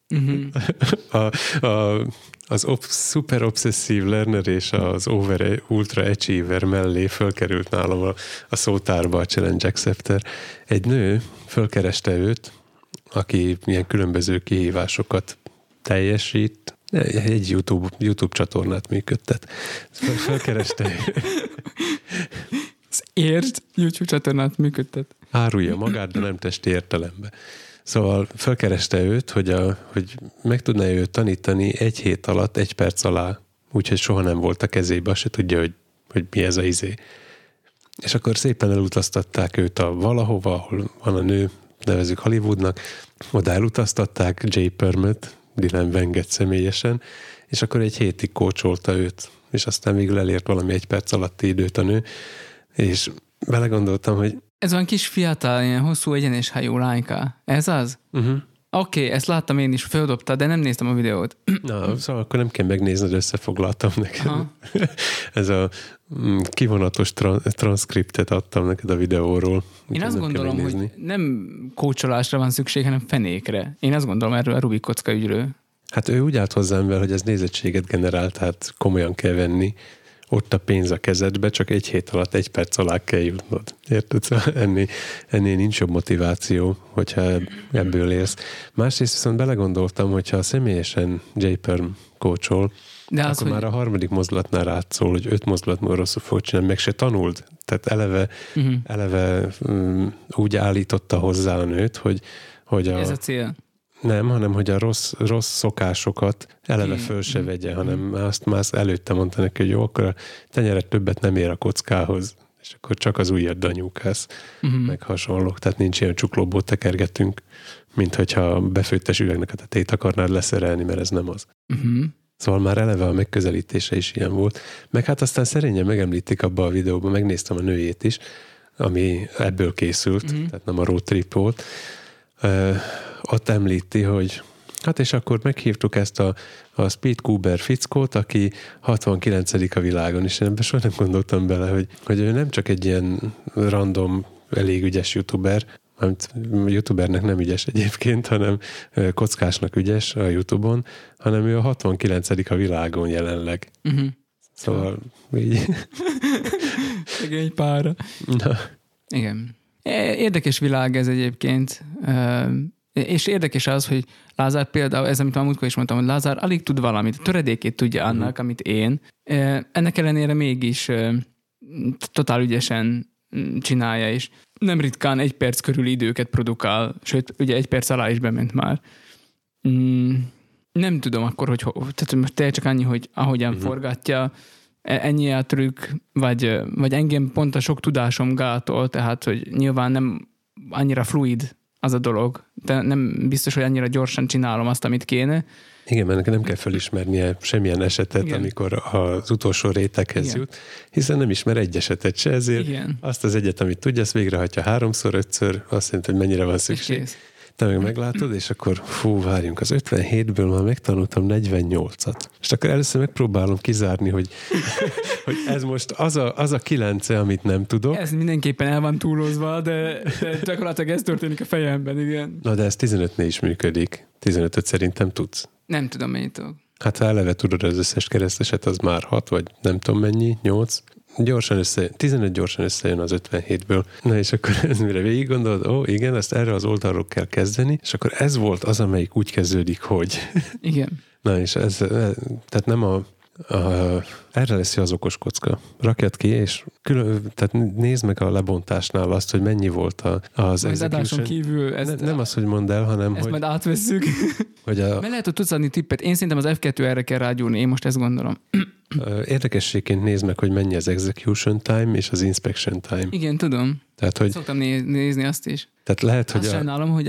Az super obsessive learner és az ultra achiever mellé fölkerült nálam a szótárba a challenge acceptor. Egy nő fölkereste őt, aki milyen különböző kihívásokat teljesít, egy YouTube csatornát működtet. Felkereste. Értsd, YouTube csatornát működtet. Árulja magát, de nem testi értelemben. Szóval felkereste őt, hogy meg tudná őt tanítani 1 hét alatt 1 perc alá, úgyhogy soha nem volt a kezébe, azt se tudja, hogy mi ez a izé. És akkor szépen elutaztatták őt valahova, ahol van a nő, nevezzük Hollywoodnak, oda elutaztatták J-Permet, Dylan Wenget személyesen, és akkor 1 hétig kócsolta őt, és aztán végül elért valami 1 perc alatti időt a nő, és belegondoltam, hogy... Ez van kis fiatal, ilyen hosszú egyenes hajú lányka. Ez az? Oké, ezt láttam én is, feldobtad, de nem néztem a videót. Na, szóval akkor nem kell megnézned, összefoglaltam neked. Ez a kivonatos transzkriptet adtam neked a videóról. Én azt gondolom, hogy nem kócsolásra van szükség, hanem fenékre. Én azt gondolom erről a Rubik kocka ügyről. Hát ő úgy állt hozzám vele, hogy ez nézettséget generál, tehát komolyan kell venni. Ott a pénz a kezedbe, csak 1 hét alatt 1 perc alá kell jutnod. Érted? Szóval ennél nincs jobb motiváció, hogyha ebből élsz. Másrészt viszont belegondoltam, hogyha személyesen J-Perm kócsol, de akkor már a 3. mozdulatnál rátszól, hogy 5 mozdulatból rosszul fog csinálni, meg se tanult. Tehát eleve úgy állította hozzá a nőt, hogy ez a cél. Nem, hanem hogy a rossz szokásokat eleve föl se vegye, hanem azt már előtte mondta neki, hogy jó, akkor a tenyeret többet nem ér a kockához, és akkor csak az ujjaddal nyúkálsz, meg hasonlók. Tehát nincs ilyen csuklóból tekergetünk, mint hogyha befőttes üvegnek a tetejét akarnád leszerelni, mert ez nem az. Szóval már eleve a megközelítése is ilyen volt. Meg hát aztán szerényen megemlítik abban a videóban, megnéztem a nőjét is, ami ebből készült, tehát nem a road trip volt. Ott említi, hogy hát és akkor meghívtuk ezt a Speedcuber fickót, aki 69. a világon, és én ebben soha nem gondoltam bele, hogy ő nem csak egy ilyen random elég ügyes youtuber, youtubernek nem ügyes egyébként, hanem kockásnak ügyes a YouTube-on, hanem ő a 69. a világon jelenleg. Szóval így... Szegény pára. Na. Igen. Érdekes világ ez egyébként. És érdekes az, hogy Lázár például, ez amit már múltkor is mondtam, hogy Lázár alig tud valamit, a töredékét tudja annak, amit én. Ennek ellenére mégis totál ügyesen csinálja, és nem ritkán 1 perc körüli időket produkál, sőt, ugye 1 perc alá is bement már. Nem tudom akkor, hogy tehát most tényleg csak annyi, hogy ahogyan forgatja, ennyi a trükk, vagy engem pont a sok tudásom gátol, tehát, hogy nyilván nem annyira fluid az a dolog, de nem biztos, hogy annyira gyorsan csinálom azt, amit kéne. Igen, mert nem kell felismernie semmilyen esetet, igen, amikor az utolsó réteghez igen. jut, hiszen nem ismer egy esetet se, ezért igen. azt az egyet, amit tudja, azt végrehajtja 3-szor, 5-ször, azt jelenti, hogy mennyire van szükség. Te meg meglátod, és akkor várjunk, az 57-ből már megtanultam 48-at. És akkor először megpróbálom kizárni, hogy ez most az a 9, amit nem tudok. Ez mindenképpen el van túlozva, de gyakorlatilag ez történik a fejemben, igen. Na, de ez 15-nél is működik. 15-öt szerintem tudsz. Nem tudom, mennyit tudok. Hát ha eleve tudod az összes kereszteset, az már 6, vagy nem tudom mennyi, 8. 15 gyorsan összejön az 57-ből. Na és akkor ez mire végig gondolod, igen, ezt erre az oldalról kell kezdeni, és akkor ez volt az, amelyik úgy kezdődik, hogy... Igen. Na és ez, tehát nem erre lesz az okos kocka. Rakjad ki, és tehát nézd meg a lebontásnál azt, hogy mennyi volt az execution. Kívül Nem az, hogy mondd el, hanem ezt majd átvesszük. Mert lehet, hogy tudsz adni tippet. Én szerintem az F2-re kell rágyúrni, én most ezt gondolom. Érdekességként nézd meg, hogy mennyi az execution time és az inspection time. Igen, tudom. Tehát, hogy... Szoktam nézni azt is. Tehát lehet, azt sajnálom, hogy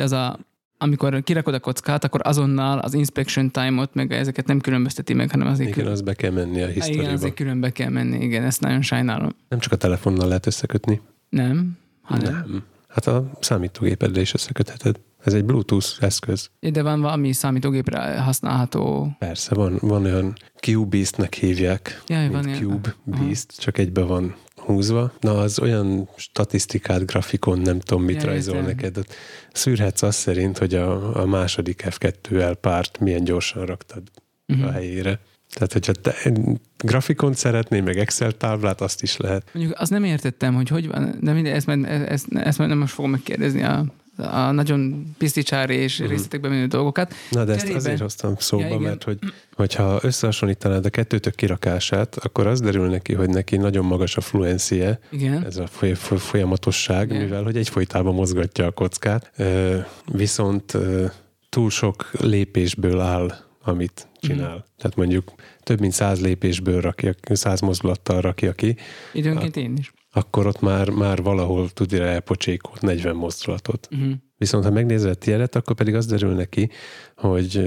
amikor kirakod a kockát, akkor azonnal az inspection time-ot, meg ezeket nem különbözteti meg, hanem azért... Igen, az be kell menni a hisztoriába. Igen, azért külön be kell menni, igen, ezt nagyon sajnálom. Nem csak a telefonnal lehet összekötni. Nem, hanem... Nem. Hát a számítógépeddel is összekötheted. Ez egy Bluetooth eszköz. De van valami számítógépre használható... Persze, van olyan QBeast-nek hívják, van Cube Beast, csak egybe van húzva. Na, az olyan statisztikát, grafikon, nem tudom mit rajzol neked. Szűrhetsz azt szerint, hogy a második F2L párt milyen gyorsan raktad a helyére. Tehát, hogyha te grafikont szeretnél, meg Excel táblát, azt is lehet. Mondjuk azt nem értettem, hogy van, de mindegy, ezt nem most fogom megkérdezni a nagyon piszticsári és részletekbe menő dolgokat. Na, de ezt azért hoztam szóba, mert hogyha összehasonlítanád a kettőtök kirakását, akkor az derül neki, hogy neki nagyon magas a fluencie, igen. ez a folyamatosság, igen. mivel hogy egyfolytában mozgatja a kockát, viszont túl sok lépésből áll, amit csinál. Tehát mondjuk több mint 100 lépésből 100 mozdulattal rakja ki. Időnként én is. Akkor ott már valahol tudja elpocsékolt 40 mozdulatot. Viszont ha megnézed a tiédet, akkor pedig az derül neki, hogy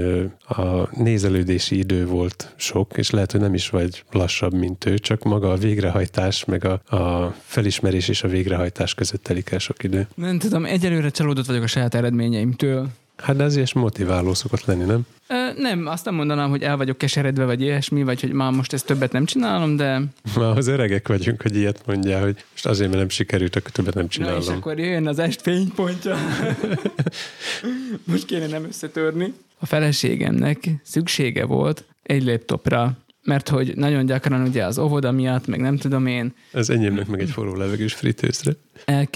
a nézelődési idő volt sok, és lehet, hogy nem is vagy lassabb, mint ő, csak maga a végrehajtás, meg a felismerés és a végrehajtás között telik el sok idő. Nem tudom, egyelőre csalódott vagyok a saját eredményeimtől. Hát de azért motiváló szokott lenni, nem? Nem, azt nem mondanám, hogy el vagyok keseredve, vagy ilyesmi, vagy hogy már most ezt többet nem csinálom, de... Már az öregek vagyunk, hogy ilyet mondjál, hogy most azért, mert nem sikerült, akkor többet nem csinálom. Na és akkor jöjjön az est fénypontja. Most kéne nem összetörni. A feleségemnek szüksége volt egy laptopra, mert hogy nagyon gyakran ugye az óvoda miatt, meg nem tudom én... Ez enyémnek meg egy forró levegős fritőzre. El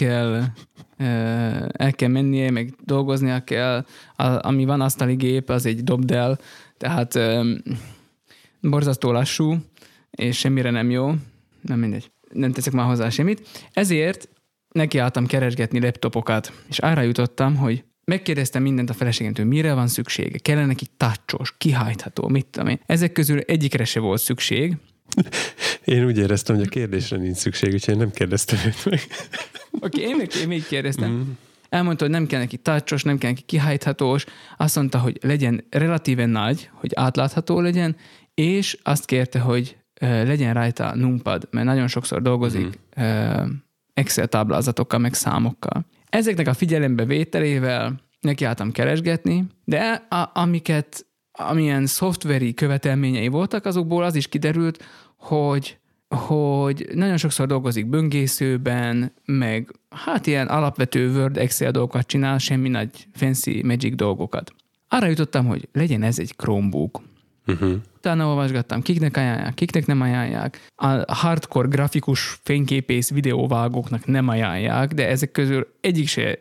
kell mennie, meg dolgoznia kell. Ami van asztali gép, az egy dobdel, tehát borzasztó lassú, és semmire nem jó. Nem mindegy. Nem teszek már hozzá semmit. Ezért nekiálltam keresgetni laptopokat, és arra jutottam, hogy megkérdeztem mindent a feleségemtől, mire van szüksége. Kellene neki touchos, kihajtható, mit tudom én. Ezek közül egyikre se volt szükség. Én úgy éreztem, hogy a kérdésre nincs szükség, úgyhogy nem kérdeztem őt meg. Oké, én még kérdeztem. Elmondta, hogy nem kell neki touchos, nem kell neki kihajthatós. Azt mondta, hogy legyen relatíven nagy, hogy átlátható legyen, és azt kérte, hogy legyen rajta numpad, mert nagyon sokszor dolgozik Excel táblázatokkal, meg számokkal. Ezeknek a figyelembevételével nekiálltam keresgetni, de amilyen szoftveri követelményei voltak, azokból az is kiderült, hogy hogy nagyon sokszor dolgozik böngészőben, meg hát ilyen alapvető Word, Excel dolgokat csinál, semmi nagy fancy magic dolgokat. Arra jutottam, hogy legyen ez egy Chromebook. Utána olvasgattam, kiknek ajánlják, kiknek nem ajánlják. A hardcore grafikus fényképész videóvágóknak nem ajánlják, de ezek közül egyik se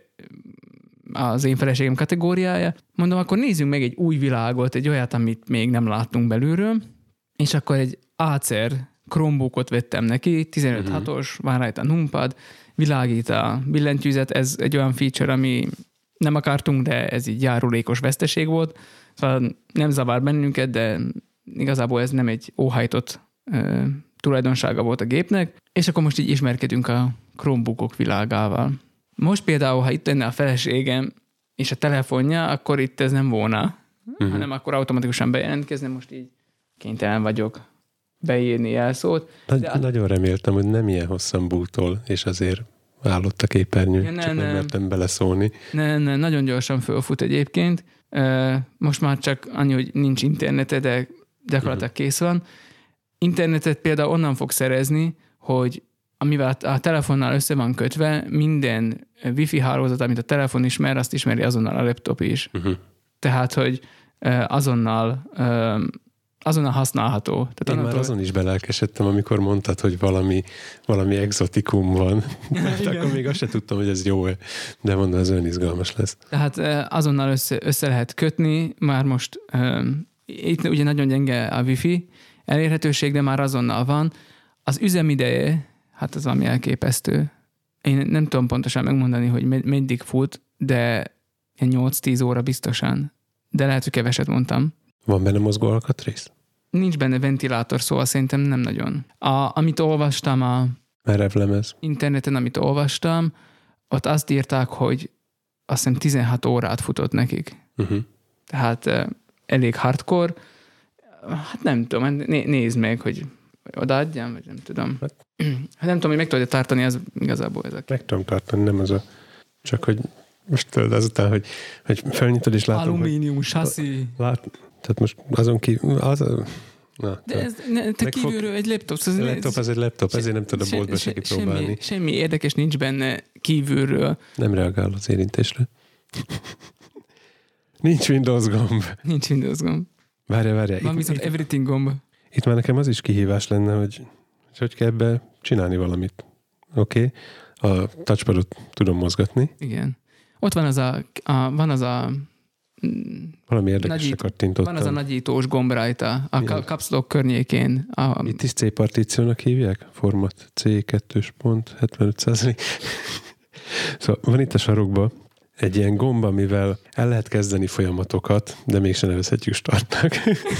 az én feleségem kategóriája. Mondom, akkor nézzünk meg egy új világot, egy olyat, amit még nem láttunk belülről, és akkor egy Acer Chromebookot vettem neki, 15.6-os, van rajta numpad, világít a billentyűzet, ez egy olyan feature, ami nem akartunk, de ez így járulékos veszteség volt, szóval nem zavar bennünket, de igazából ez nem egy óhajtott tulajdonsága volt a gépnek, és akkor most így ismerkedünk a Chromebookok világával. Most például, ha itt lenne a feleségem és a telefonja, akkor itt ez nem volna, hanem akkor automatikusan bejelentkezne, most így kénytelen vagyok beírni jelszót. Nagyon reméltem, hogy nem ilyen hosszan bútol, és azért állott a képernyő, ja, nem mertem beleszólni. Nem, nagyon gyorsan fölfut egyébként. Most már csak annyi, hogy nincs internete, de gyakorlatilag kész van. Internetet például onnan fog szerezni, hogy amivel a telefonnal össze van kötve, minden wifi hálózat, amit a telefon ismer, azt ismeri azonnal a laptop is. Tehát, hogy azonnal használható. Tehát én már azon is belelkesedtem, amikor mondtad, hogy valami exotikum van. Akkor még azt se tudtam, hogy ez jó-e, de mondom, ez olyan izgalmas lesz. Tehát azonnal össze lehet kötni, már most itt ugye nagyon gyenge a wifi elérhetőség, de már azonnal van. Az üzemideje, hát az ami elképesztő. Én nem tudom pontosan megmondani, hogy meddig fut, de 8-10 óra biztosan. De lehet, hogy keveset mondtam. Van benne mozgó alkatrész? Nincs benne ventilátor, szóval szerintem nem nagyon. Amit olvastam merevlemez interneten, amit olvastam, ott azt írták, hogy azt hiszem 16 órát futott nekik. Tehát elég hardcore. Hát nem tudom, nézd meg, hogy odaadjam, vagy nem tudom. Hát nem tudom, hogy meg tudja tartani, ez igazából ez a... Meg tudom tartani, nem az a... Csak, hogy most tudod azután, hogy felnyitod és látom, alumínium, sasszi. Tehát most azon de ez te kívülről egy laptop. Az egy laptop, ezért nem tud a boltba se kipróbálni. Semmi érdekes nincs benne kívülről. Nem reagál az érintésre. Nincs Windows gomb. Nincs Windows gomb. Várja. Van viszont everything gomb. Itt már nekem az is kihívás lenne, hogy kell ebbe csinálni valamit. Oké? A touchpadot tudom mozgatni. Igen. Ott van az a valami érdekesre kattintottam. Van az a nagyítós gomb rajta, a caps lock környékén. Itt is C partíciónak hívják? Format C2.75%. Szóval van itt a sarokban egy ilyen gomb, amivel el lehet kezdeni folyamatokat, de mégsem nevezhetjük startnak.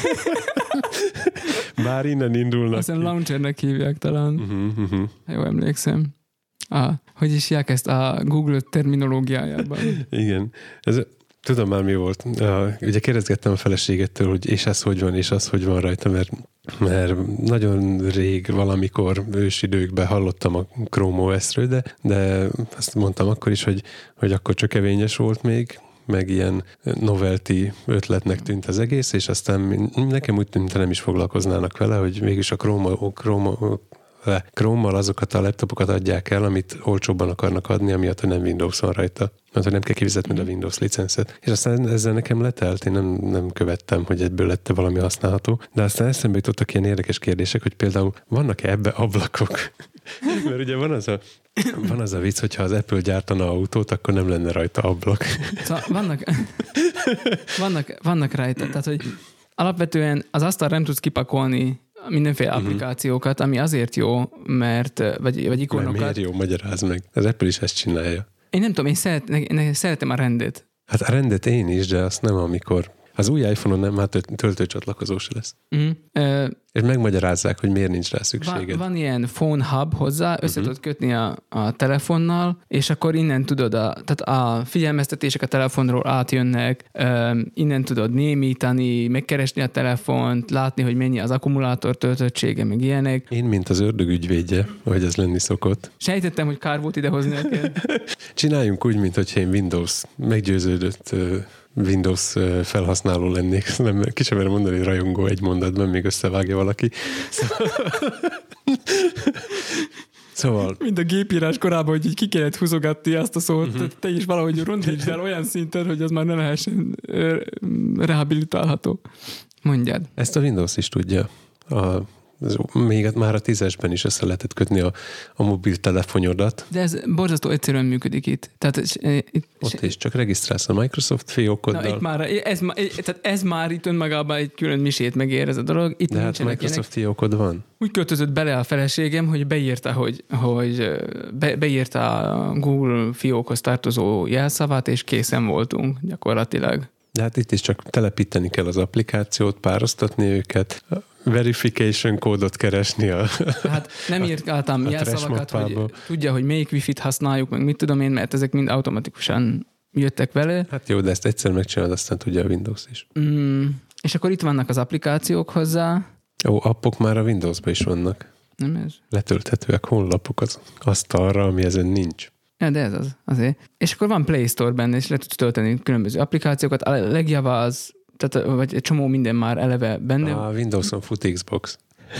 Bár innen indulnak. Aztán launchernek hívják talán. Jó emlékszem. Hogy is hívják ezt a Google terminológiájában? Igen. Tudom már mi volt. Ugye kérdezgettem a feleségettől, hogy és ez hogy van, és az hogy van rajta, mert nagyon rég valamikor ősidőkben hallottam a Chrome OS-ről, de azt mondtam akkor is, hogy akkor csökevényes volt még, meg ilyen novelty ötletnek tűnt az egész, és aztán nekem úgy tűnt, nem is foglalkoznának vele, hogy mégis a Chrome-mal azokat a laptopokat adják el, amit olcsóbban akarnak adni, amiatt, hogy nem Windows van rajta. Mert hogy nem kell kifizetni a Windows licencet. És aztán ezzel nekem letelt, én nem követtem, hogy ebből lett valami használható. De aztán eszembe jutottak ilyen érdekes kérdések, hogy például vannak-e ebbe ablakok? Mert ugye van az a vicc, hogyha az Apple gyártana autót, akkor nem lenne rajta ablak. Szóval vannak rajta. Tehát, hogy alapvetően az asztalra nem tudsz kipakolni mindenféle applikációkat, ami azért jó, mert vagy ikonokat. Miért jó? Magyarázd meg. Az Apple is ezt csinálja. Én nem tudom, én szeretem a rendet. Hát a rendet én is, de azt nem amikor. Az új iPhone-on nem, hát töltőcsatlakozó se lesz. És megmagyarázzák, hogy miért nincs rá szükséged. Van ilyen phone hub hozzá, össze tudod kötni a telefonnal, és akkor innen tudod, tehát a figyelmeztetések a telefonról átjönnek, innen tudod némítani, megkeresni a telefont, látni, hogy mennyi az akkumulátor töltöttsége, meg ilyenek. Én, mint az ördög ügyvédje, ahogy ez lenni szokott. Sejtettem, hogy kár volt idehozni neked. Csináljunk úgy, mintha én Windows meggyőződött Windows felhasználó lennék. Nem, ki sem merem mondani, hogy rajongó egy mondatban, még összevágja valaki. Szóval... Mind a gépírás korában, hogy így ki kellett húzogatni azt a szót, te is valahogy rondítsd el olyan szinten, hogy az már ne lehessen rehabilitálható. Mondjad. Ezt a Windows is tudja. Még már a 10-esben is össze lehetett kötni a mobiltelefonyodat. De ez borzasztó egyszerűen működik itt. Tehát, ott is csak regisztrálsz a Microsoft fiókoddal. Na, ez már itt önmagában egy külön misét megér ez a dolog. Itt de hát Microsoft fiókod van. Úgy költözött bele a feleségem, hogy beírta a Google fiókhoz tartozó jelszavát, és készen voltunk gyakorlatilag. De hát itt is csak telepíteni kell az applikációt, párosztatni őket, verification kódot keresni Hát nem írtam jelszavakat, hogy tudja, hogy melyik wifi-t használjuk, meg mit tudom én, mert ezek mind automatikusan jöttek vele. Hát jó, de ezt egyszer megcsinálod, aztán tudja a Windows is. És akkor itt vannak az applikációk hozzá. Ó, appok már a Windowsban is vannak. Nem ez? Letölthetőek honlapok az asztalra, ami ezen nincs. Ja, de ez az, azért. És akkor van Play Store benne, és le tudsz tölteni különböző applikációkat. A legjava az, tehát, vagy egy csomó minden már eleve benne. A Windowson fut Xbox.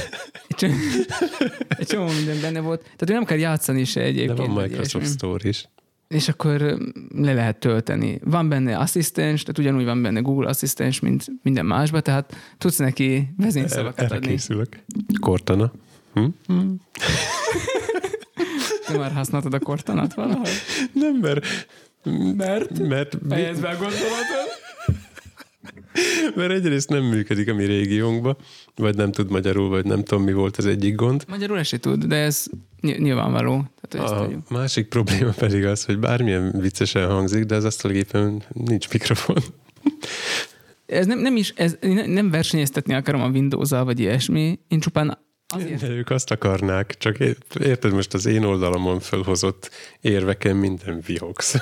Egy csomó minden benne volt. Tehát nem kell játszani se egyébként. De van Microsoft Store is. És akkor le lehet tölteni. Van benne asszisztens, tehát ugyanúgy van benne Google asszisztens, mint minden másban, tehát tudsz neki vezényszavakat adni. Készülök. Cortana. Te már használtad a Cortanát valahogy? Nem, mert fejezd be a gondolatot. Mert egyrészt nem működik a mi régiónkba, vagy nem tud magyarul, vagy nem tudom, mi volt az egyik gond. Magyarul se tud, de ez nyilvánvaló. Tehát a másik probléma pedig az, hogy bármilyen viccesen hangzik, de az asztalgépen nincs mikrofon. Ez nem versenyeztetni akarom a Windows-al, vagy ilyesmi. Én csupán azért... De ők azt akarnák, csak érted, most az én oldalamon felhozott érveken minden vihogsz.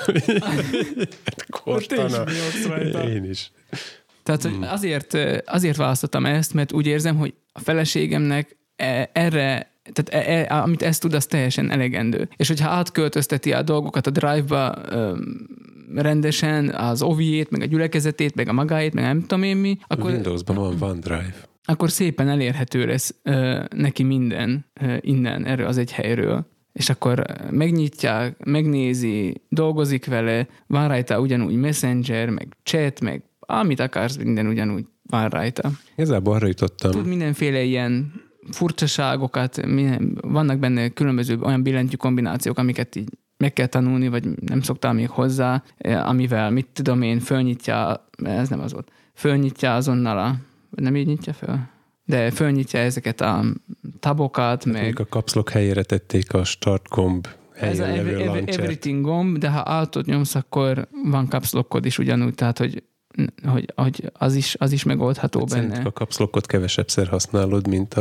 Kortana. Én is. Tehát hogy azért választottam ezt, mert úgy érzem, hogy a feleségemnek erre, tehát amit ezt tud, az teljesen elegendő. És hogyha átköltözteti a dolgokat a Drive-ba rendesen, az OVI-ét, meg a gyülekezetét, meg a magáét, meg nem tudom én mi, akkor... Windowsban van OneDrive. Akkor szépen elérhető lesz neki minden innen, erről az egy helyről. És akkor megnyitják, megnézi, dolgozik vele, van rajta ugyanúgy Messenger, meg chat, meg amit akarsz, minden ugyanúgy van rajta. Igazából arra jutottam. Tud mindenféle ilyen furcsaságokat, vannak benne különböző olyan billentyű kombinációk, amiket így meg kell tanulni, vagy nem szoktál még hozzá, amivel, mit tudom én, fölnyitja, ez nem az volt, fölnyitja azonnal nem így nyitja fel? De fölnyitja ezeket a tabokat, hát meg... A kapszlok helyére tették a start gomb helyen levő launchert. Everything gomb, de ha Alt-ot nyomsz, akkor van kapszlokkod is ugyanúgy, tehát hogy az is megoldható hát benne. A kapszlokkot kevesebbszer használod, mint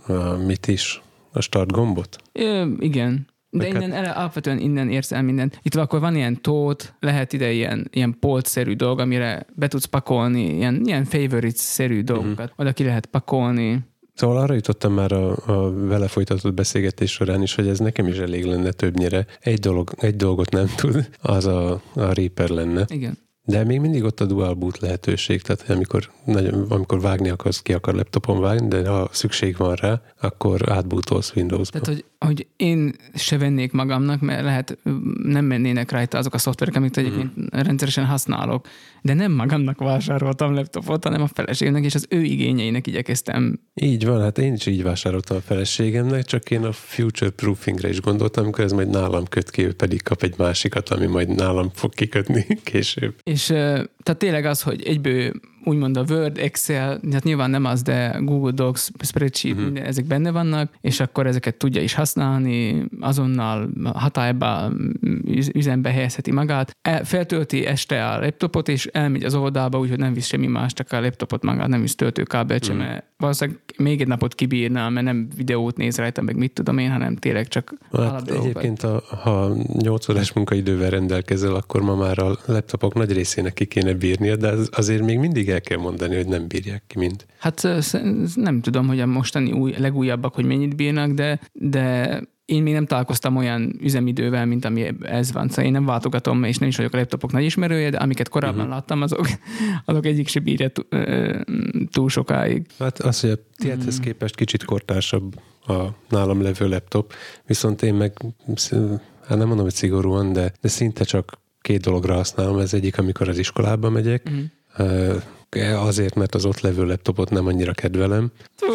a start gombot? Igen. De alapvetően innen érsz el mindent. Itt akkor van ilyen tót, lehet ide ilyen polcszerű dolog, amire be tudsz pakolni, ilyen favorites-szerű dolgokat. Oda ki lehet pakolni. Szóval arra jutottam már a vele folytatott beszélgetés során is, hogy ez nekem is elég lenne többnyire. Egy dolgot nem tud, az a Reaper lenne. Igen. De még mindig ott a dual boot lehetőség, tehát amikor vágni akarsz, ki akar laptopon vágni, de ha szükség van rá, akkor átbootolsz Windowsba. Tehát, hogy én se vennék magamnak, mert lehet nem mennének rajta azok a szoftverek, amit egyébként rendszeresen használok, de nem magamnak vásároltam laptopot, hanem a feleségemnek, és az ő igényeinek igyekeztem. Így van, hát én is így vásároltam a feleségemnek, csak én a future proofingre is gondoltam, amikor ez majd nálam köt ki, ő pedig kap egy másikat, ami majd nálam fog kikötni később. És tehát tényleg az, hogy egyből úgymond a Word, Excel, hát nyilván nem az, de Google Docs, Spreadsheet, minden, ezek benne vannak, és akkor ezeket tudja is használni, azonnal hatályba, üzembe helyezheti magát. Feltölti este a laptopot, és elmegy az óvodába, úgyhogy nem visz semmi más, csak a laptopot magát, nem visz töltőkábelt sem, mert valószínűleg még egy napot kibírna, mert nem videót néz rajta, meg mit tudom én, hanem tényleg csak alapdolgokat. Egyébként, ha 8 órás munkaidővel rendelkezel, akkor ma már a laptopok nagy részének ki kéne bírnia, de azért még mindig el kell mondani, hogy nem bírják ki mind. Hát nem tudom, hogy a mostani legújabbak, hogy mennyit bírnak, de én még nem találkoztam olyan üzemidővel, mint ami ez van. Szóval én nem váltogatom, és nem is vagyok a laptopok nagy ismerője, de amiket korábban láttam, azok egyik se bírja túl sokáig. Hát az, hogy a tiédhez képest kicsit kortársabb a nálam levő laptop, viszont én meg, hát nem mondom, hogy szigorúan, de szinte csak 2 dologra használom. Ez egyik, amikor az iskolába megyek, azért, mert az ott levő laptopot nem annyira kedvelem.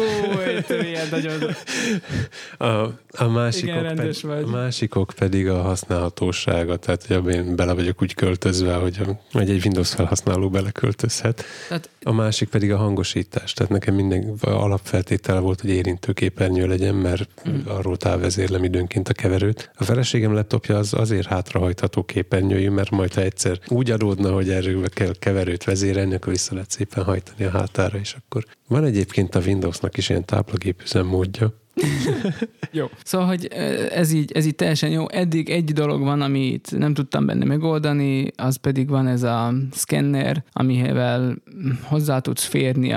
A másikok pedig a használhatósága, tehát hogy én bele vagyok úgy költözve, hogy egy Windows felhasználó beleköltözhet. A másik pedig a hangosítás, tehát nekem minden alapfeltétele volt, hogy érintőképernyő legyen, mert arról távezérlem időnként a keverőt. A feleségem laptopja az azért hátrahajtható képernyőjű, mert majd ha egyszer úgy adódna, hogy erről kell keverőt vezérelni, akkor vissza lehet szépen hajtani a hátára, és akkor van egyébként a Windowsnak is ilyen táblagép üzemmódja. Jó. Szóval, hogy ez így teljesen jó. Eddig egy dolog van, amit nem tudtam benne megoldani, az pedig van ez a szkenner, amivel hozzá tudsz férni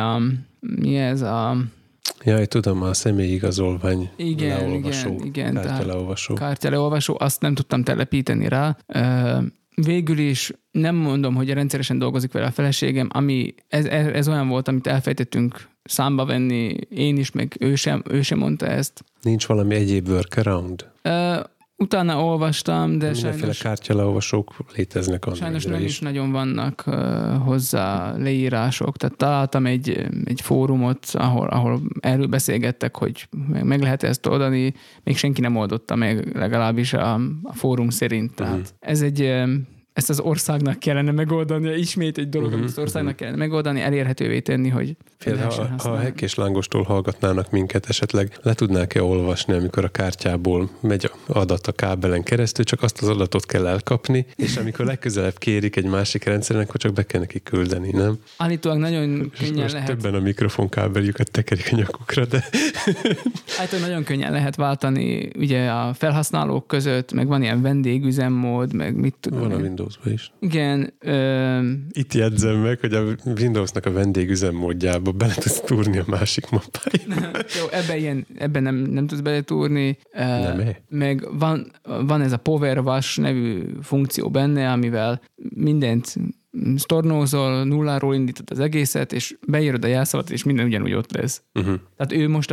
Jaj, tudom, a személyigazolvány leolvasó, igen, kártyaleolvasó. Kártyaleolvasó, azt nem tudtam telepíteni rá. Végül is nem mondom, hogy rendszeresen dolgozik vele a feleségem, ami ez olyan volt, amit elfejtettünk számba venni, én is, meg ő sem mondta ezt. Nincs valami egyéb workaround? Utána olvastam, de mindenféle kártyaleolvasók léteznek. Sajnos nem is nagyon vannak hozzá leírások. Tehát találtam egy fórumot, ahol erről beszélgettek, hogy meg lehet ezt oldani, még senki nem oldotta meg, legalábbis a fórum szerint. Tehát ezt az országnak kellene megoldani, ismét egy dolog, amit az országnak kellene megoldani, elérhetővé tenni, hogy ha a Hekk és Lángostól hallgatnának minket, esetleg le tudnák-e olvasni, amikor a kártyából megy adat a kábelen keresztül, csak azt az adatot kell elkapni, és amikor legközelebb kérik egy másik rendszeren, akkor csak be kell neki küldeni, nem? Állítólag nagyon könnyen lehet. Többen a mikrofonkábeljüket tekerik a nyakukra, de... Állítólag nagyon könnyen lehet váltani ugye a felhasználók között, meg van ilyen vendégüzemmód, meg mit tudom. Van a Windowsban is. Igen. Itt jegyzem meg, hogy a Windowsnak a vendégüzemmódjába bele tudsz túrni a másik mappáiba. Jó, ebben nem tudsz beletúrni. Meg van ez a Power Wash nevű funkció benne, amivel mindent sztornózol, nulláról indítod az egészet, és beírod a jelszavat, és minden ugyanúgy ott lesz. Tehát ő most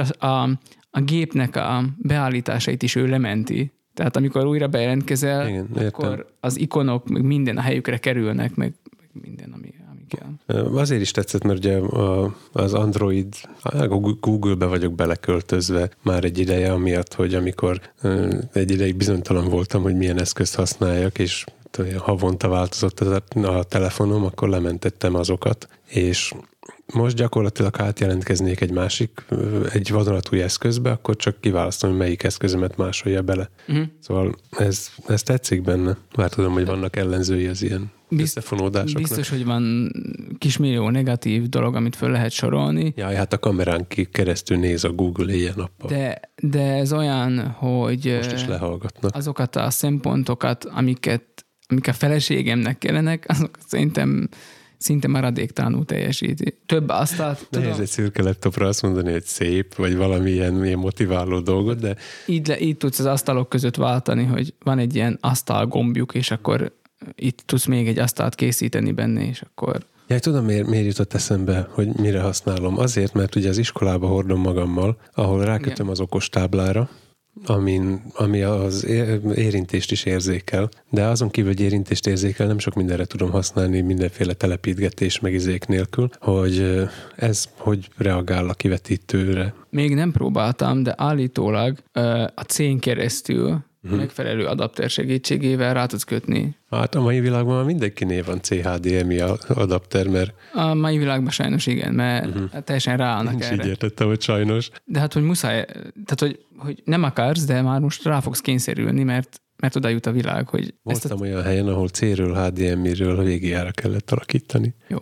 a gépnek a beállításait is ő lementi. Tehát amikor újra bejelentkezel, igen, akkor az ikonok meg minden a helyükre kerülnek, meg minden, ami kell. Azért is tetszett, mert ugye az Android, Google-be vagyok beleköltözve már egy ideje, amiatt, hogy amikor egy ideig bizonytalan voltam, hogy milyen eszközt használjak, és havonta változott a telefonom, akkor lementettem azokat, és most gyakorlatilag, ha átjelentkeznék egy vadonatúj eszközbe, akkor csak kiválasztom, hogy melyik eszközömet másolja bele. Szóval ez tetszik benne. Már tudom, hogy vannak ellenzői az ilyen összefonódásoknak. Biztos, hogy van kismillió negatív dolog, amit föl lehet sorolni. Jaj, hát a kamerán keresztül néz a Google éjjel-nappal. De ez olyan, hogy most is lehallgatnak. Azokat a szempontokat, amik a feleségemnek kellenek, azok szerintem szinte maradéktalanul teljesíti. Több asztalt... Nehéz egy szürke laptopra azt mondani, hogy szép, vagy valami ilyen motiváló dolgot, de... Így tudsz az asztalok között váltani, hogy van egy ilyen asztal gombjuk, és akkor itt tudsz még egy asztalt készíteni benne, és akkor... Ja, tudom, miért jutott eszembe, hogy mire használom. Azért, mert ugye az iskolába hordom magammal, ahol rákötöm az okostáblára, ami az érintést is érzékel, de azon kívül, hogy érintést érzékel, nem sok mindenre tudom használni, mindenféle telepítgetés meg izék nélkül, hogy ez hogy reagál a kivetítőre. Még nem próbáltam, de állítólag a C-n keresztül megfelelő adapter segítségével rá tudsz kötni. Hát a mai világban már mindenkinél van CHDMI adapter, mert... A mai világban sajnos igen, mert teljesen ráállnak erre. Így értettem, hogy sajnos. De hát, hogy muszáj, tehát, hogy nem akarsz, de már most rá fogsz kényszerülni, mert oda jut a világ, hogy... Voltam olyan helyen, ahol C-ről, HDMI-ről a VGA-ra kellett alakítani. Jó.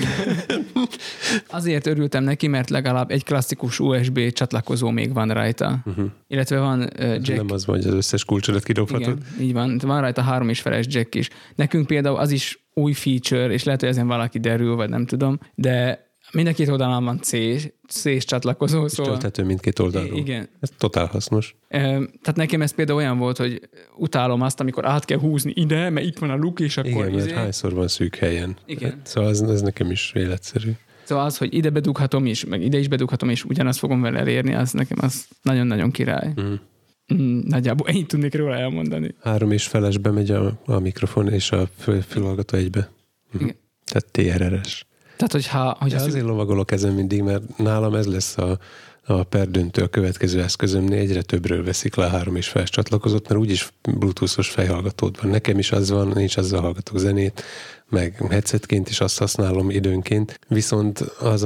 Azért örültem neki, mert legalább egy klasszikus USB csatlakozó még van rajta. Illetve van jack. Nem az van, hogy az összes kulcsodat kidobhatod. Igen, így van. Van rajta 3,5-es jack is. Nekünk például az is új feature, és lehet, hogy ezen valaki derül, vagy nem tudom, de mind a két oldalán van C-s csatlakozó. És tölthető mindkét oldalról. Igen. Ez totál hasznos. Tehát nekem ez például olyan volt, hogy utálom azt, amikor át kell húzni ide, mert itt van a luk, és akkor... Igen, mert hányszor van szűk helyen. Igen. Szóval ez nekem is életszerű. Szóval az, hogy ide bedughatom is, meg ide is bedughatom, és ugyanazt fogom vele elérni, az nekem az nagyon-nagyon király. Nagyjából ennyit tudnék róla elmondani. 3,5-es bemegy a mikrofon és a fülhallgató egybe. Igen. Tehát TRR-es. Tehát, hogy azért lovagolok ezen mindig, mert nálam ez lesz a perdöntő a következő eszközömnél, egyre többről veszik le a 3,5-es csatlakozót, mert úgyis bluetooth-os fejhallgatód van. Nekem is az van, én is azzal hallgatok zenét, meg headsetként is azt használom időnként. Viszont az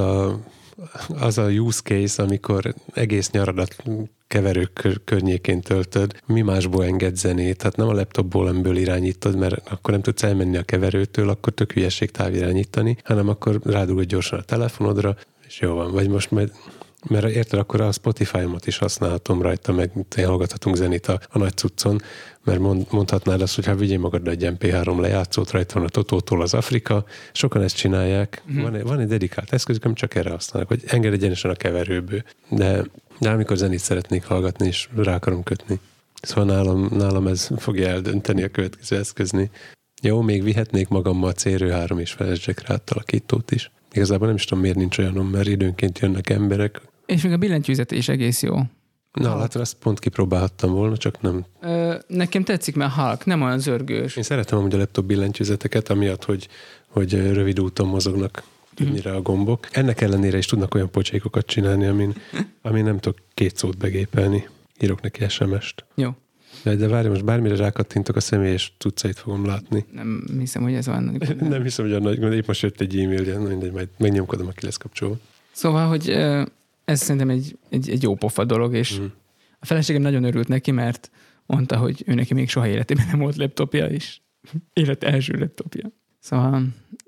a use case, amikor egész nyaradat keverők környékén töltöd, mi másból enged zenét, tehát nem a laptopból, amiből irányítod, mert akkor nem tudsz elmenni a keverőtől, akkor tök hülyeség távirányítani, hanem akkor rádugod gyorsan a telefonodra, és jó van, vagy most majd, mert érted, akkor a Spotify-omat is használhatom rajta, meg hallgathatunk zenét a nagy cuccon, mert mondhatnád azt, hogy ha vigyél magad egy MP3 lejátszót, rajta van a Totótól az Afrika, sokan ezt csinálják, van egy dedikált eszközük, amit csak erre használnak, hogy enged egyenesen a keverőből, de amikor zenét szeretnék hallgatni, és rá akarom kötni. Szóval nálam ez fogja eldönteni a következő eszközni. Jó, még vihetnék magammal C-ről 3,5-es jackre átalakítót is. Igazából nem is tudom, miért nincs olyanom, mert időnként jönnek emberek. És még a billentyűzet is egész jó. Na, hát azt pont kipróbálhattam volna, csak nem. Nekem tetszik, mert halk, nem olyan zörgős. Én szeretem amúgy a laptop billentyűzeteket, amiatt, hogy rövid úton mozognak többnyire a gombok. Ennek ellenére is tudnak olyan pocsékokat csinálni, amin nem tudok 2 szót begépelni. Írok neki SMS-t. Jó. De várj, most bármire rákattintok, a személyes cuccait fogom látni. Nem hiszem, hogy ez van. Nem hiszem, hogy a nagy, épp most jött egy e-mail, mindegy, majd megnyomkodom, aki lesz kapcsolva. Szóval, hogy ez szerintem egy jó pofa dolog, és a feleségem nagyon örült neki, mert mondta, hogy ő neki még soha életében nem volt laptopja, és élet első laptopja. Szóval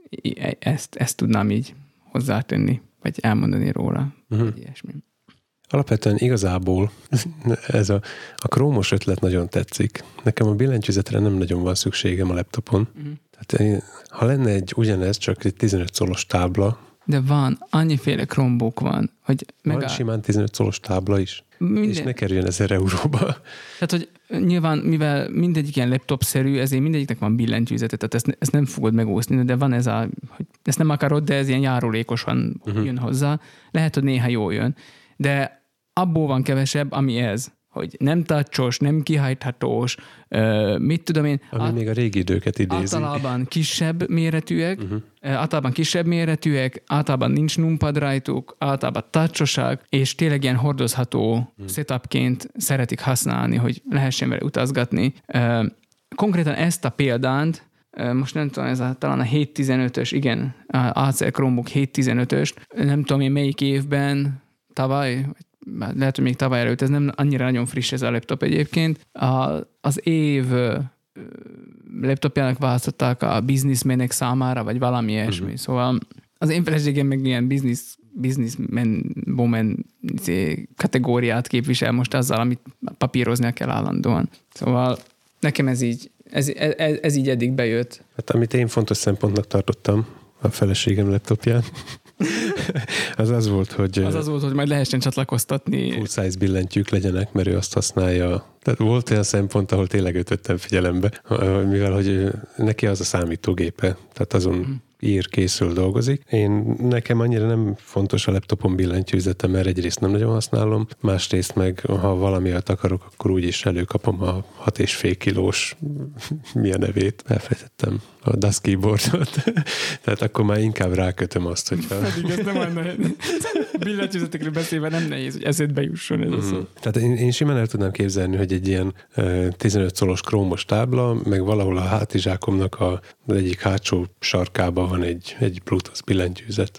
ezt tudnám így hozzátenni, vagy elmondani róla, vagy ilyesmi. Alapvetően igazából ez a Chrome-os ötlet nagyon tetszik. Nekem a billentyűzetre nem nagyon van szükségem a laptopon. Tehát ha lenne egy ugyanez, csak egy 15 szolos tábla. De van, annyiféle Chromebook van, hogy van simán 15 szolos tábla is. És ne kerüljön 1000 euróba. Tehát, hogy nyilván, mivel mindegyik ilyen laptop-szerű, ezért mindegyiknek van billentyűzete, tehát ezt nem fogod megúszni, de van ez hogy ezt nem akarod, de ez ilyen járulékosan jön hozzá. Lehet, hogy néha jól jön. De abból van kevesebb, ami ez, hogy nem touchos, nem kihajthatós, mit tudom én. Ami még a régi időket idézi. Általában kisebb méretűek, általában nincs numpad rajtuk, általában touchosak, és tényleg ilyen hordozható setupként szeretik használni, hogy lehessen vele utazgatni. Konkrétan ezt a példánt, most nem tudom, talán a 715-ös, igen, Acer Chromebook 715-öst, nem tudom én melyik évben, tavaly, lehet, hogy még tavaly előtt, ez nem annyira nagyon friss ez a laptop egyébként. Az év laptopjának választották a businessmenek számára, vagy valami ilyesmi. Szóval az én feleségem meg ilyen businessman woman kategóriát képvisel most azzal, amit papíroznia kell állandóan. Szóval nekem ez így eddig bejött. Hát amit én fontos szempontnak tartottam a feleségem laptopján, az volt, hogy majd lehessen csatlakoztatni. Full size billentyűk legyenek, mert ő azt használja. Tehát volt olyan szempont, ahol tényleg őt vettem figyelembe, mivel hogy neki az a számítógépe, tehát azon ír, készül, dolgozik. Nekem annyira nem fontos a laptopon billentyűzete, mert egyrészt nem nagyon használom, másrészt meg, ha valamiért akarok, akkor úgyis előkapom a 6,5 kilós, mi a nevét, elfelejtettem, a DAS keyboardot. Tehát akkor már inkább rákötöm azt, hogyha... Pedig ez nem olyan billentyűzetekről beszélve nem nehéz, hogy eszedbe jusson ez a szó. Tehát én simán el tudnám képzelni, hogy egy ilyen 15 szolos Chrome-os tábla, meg valahol a hátizsákomnak az egyik hátsó sarkában van egy Bluetooth billentyűzet.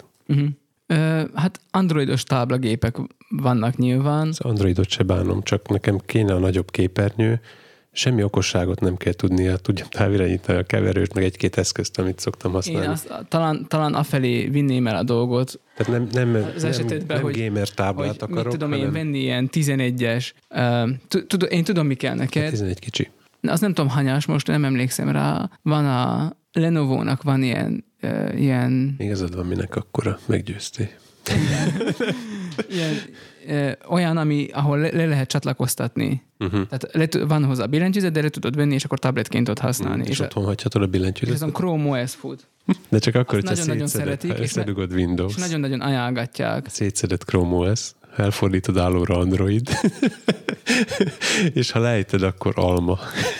Hát androidos táblagépek vannak nyilván. Az androidot se bánom, csak nekem kéne a nagyobb képernyő, semmi okosságot nem kell tudnia, tudjam távirányítani a keverőt, meg egy-két eszközt, amit szoktam használni. Én azt talán afelé vinném el a dolgot. Tehát nem hogy, gamer táblát akarok. Mit tudom én venni ilyen 11-es. Én tudom, mi kell neked. 11 kicsi. Azt nem tudom hanyás, most nem emlékszem rá. Van a Lenovo-nak van ilyen ilyen... Igazad van, minek akkora, meggyőztél. Olyan, ahol le lehet csatlakoztatni. Tehát van hozzá billentyűzet, de le tudod venni, és akkor tabletként tudod használni. És otthon hagyhatod a billentyűzetet? És ez a Chrome OS fut. De csak akkor, hogyha nagyon szétszeded, ha összedugod Windows. És nagyon-nagyon ajánlgatják. Szétszeded Chrome OS, elfordítod állóra Android, és ha lejted, akkor alma.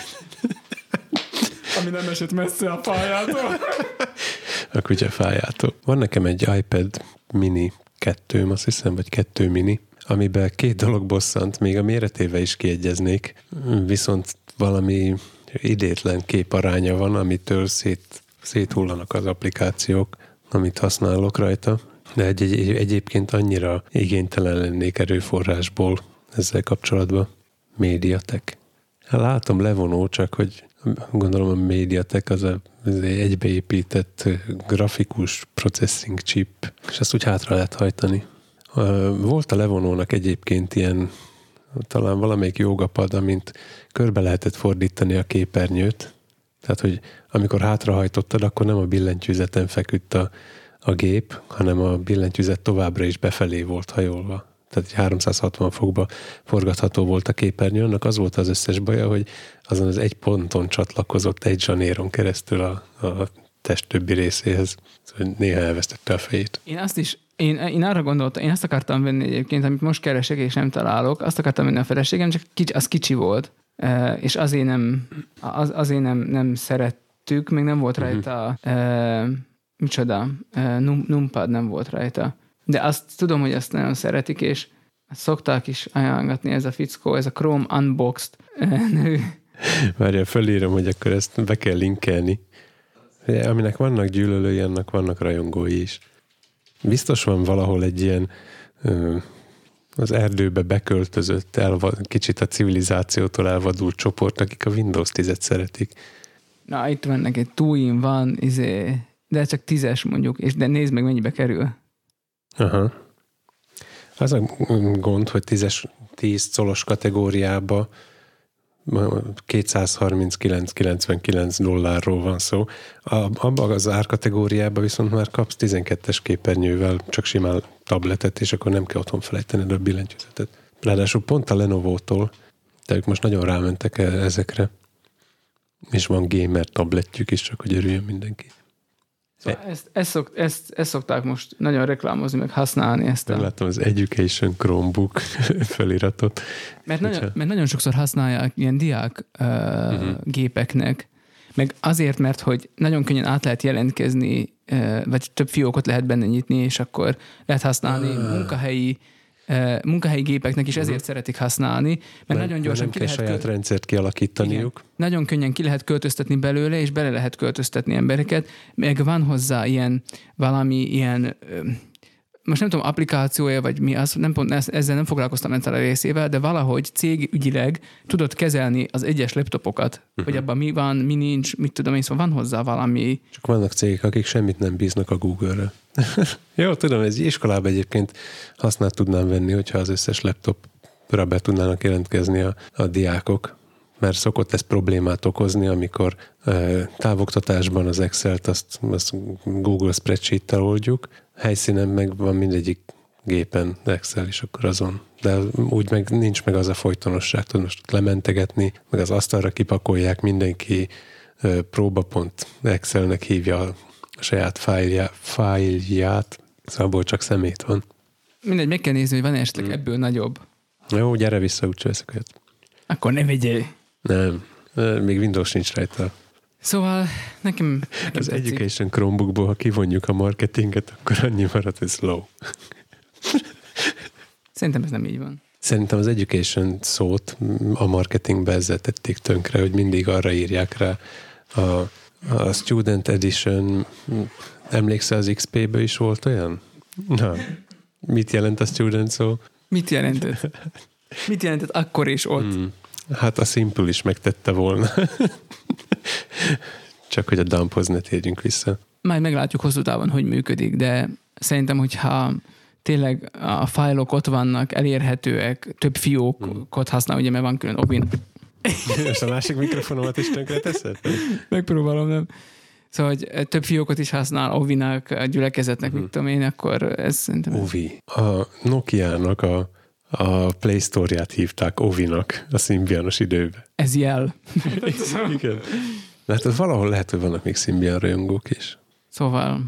Ami nem esett messze a fájától. A kutyafájától. Van nekem egy iPad mini 2, azt hiszem, vagy 2 mini, amiben 2 dolog bosszant, még a méretével is kiegyeznék, viszont valami idétlen képaránya van, amitől széthullanak az applikációk, amit használok rajta, de egyébként annyira igénytelen lennék erőforrásból ezzel kapcsolatban. MediaTek. Látom levonó, csak hogy gondolom a MediaTek az egybeépített grafikus processing chip, és ezt úgy hátra lehet hajtani. Volt a levonónak egyébként ilyen, talán valamelyik jogapad, amint körbe lehetett fordítani a képernyőt, tehát, hogy amikor hátrahajtottad, akkor nem a billentyűzeten feküdt a gép, hanem a billentyűzet továbbra is befelé volt hajolva. Tehát 360 fokba forgatható volt a képernyő. Annak az volt az összes baja, hogy azon az egy ponton csatlakozott egy zsanéron keresztül a test többi részéhez. Szóval néha elvesztette a fejét. Én arra gondoltam, én azt akartam venni egyébként, amit most keresek és nem találok, azt akartam venni a feleségem, csak az kicsi volt. És azért nem szerettük, még nem volt rajta numpad nem volt rajta. De azt tudom, hogy azt nagyon szeretik, és szokták is ajánlatni ez a fickó, ez a Chrome Unboxed nevű. Várjál, fölírom, hogy akkor ezt be kell linkelni. Aminek vannak gyűlölői, annak vannak rajongói is. Biztos van valahol egy ilyen az erdőbe beköltözött, kicsit a civilizációtól elvadult csoport, akik a Windows 10-et szeretik. Na, itt van neki, two-in van, de csak 10-es mondjuk, de nézd meg, mennyibe kerül. Aha. Az a gond, hogy 10 colos kategóriába $239.99 van szó. Abban az árkategóriában viszont már kapsz 12-es képernyővel csak simán tabletet, és akkor nem kell otthon felejtened a billentyűzetet. Ráadásul pont a Lenovo-tól, de ők most nagyon rámentek ezekre, és van gamer tabletjük is, csak hogy örüljön mindenki. Szóval ezt szokták most nagyon reklámozni, meg használni ezt. Láttam az Education Chromebook feliratot. Mert nagyon sokszor használják ilyen diák gépeknek, meg azért, mert hogy nagyon könnyen át lehet jelentkezni, vagy több fiókot lehet benne nyitni, és akkor lehet használni munkahelyi gépeknek is ezért szeretik használni, mert nagyon gyorsan ki lehet saját rendszert kialakítaniuk. Igen, nagyon könnyen ki lehet költöztetni belőle, és bele lehet költöztetni embereket, meg van hozzá valami ilyen, most nem tudom, applikációja, vagy mi az, ezzel nem foglalkoztam ennek a részével, de valahogy cégügyileg tudod kezelni az egyes laptopokat, hogy abban mi van, mi nincs, mit tudom én, szóval van hozzá valami. Csak vannak cégek, akik semmit nem bíznak a Google-re. Jó, tudom, ez iskolában egyébként hasznát tudnám venni, hogyha az összes laptopra be tudnának jelentkezni a diákok, mert szokott ez problémát okozni, amikor távoktatásban az Excel-t azt Google Spreadsheet-tel oldjuk, helyszínen meg van mindegyik gépen Excel, és akkor azon. De úgy meg nincs meg az a folytonosság, tudod most lementegetni, meg az asztalra kipakolják, mindenki próbapont Excelnek hívja a saját fájlját, szóval abból csak szemét van. Mindegy, meg kell nézni, hogy van esetleg ebből nagyobb. Jó, gyere vissza, úgyse veszek olyat. Akkor ne vegyél. Nem, még Windows nincs rajta. Szóval nekem az tetszik. Education Chromebookból, ha kivonjuk a marketinget, akkor annyi marad, hogy slow. Szerintem ez nem így van. Szerintem az education szót a marketingbe ezzel tették tönkre, hogy mindig arra írják rá a Student Edition. Emlékszel, az XP-ből is volt olyan? Na, mit jelent a student szó? Mit jelentett? Mit jelentett akkor is ott? Hát a Simple is megtette volna. Csak hogy a dumphoz ne térjünk vissza. Majd meglátjuk hosszú távon, hogy működik, de szerintem, hogyha tényleg a fájlok ott vannak, elérhetőek, több fiókot használ, ugye, mert van külön És a másik mikrofonomat is tönkre teszed? Megpróbálom, nem? Szóval, hogy több fiókot is használ Ovinak, a gyülekezetnek, mit tudom én, akkor ez szerintem... Ovi. A Nokia-nak a Play Store-ját hívták Ovinak a Symbianos időben. Ez jel. Igen. Hát valahol lehet, hogy vannak még Symbian rajongók is. Szóval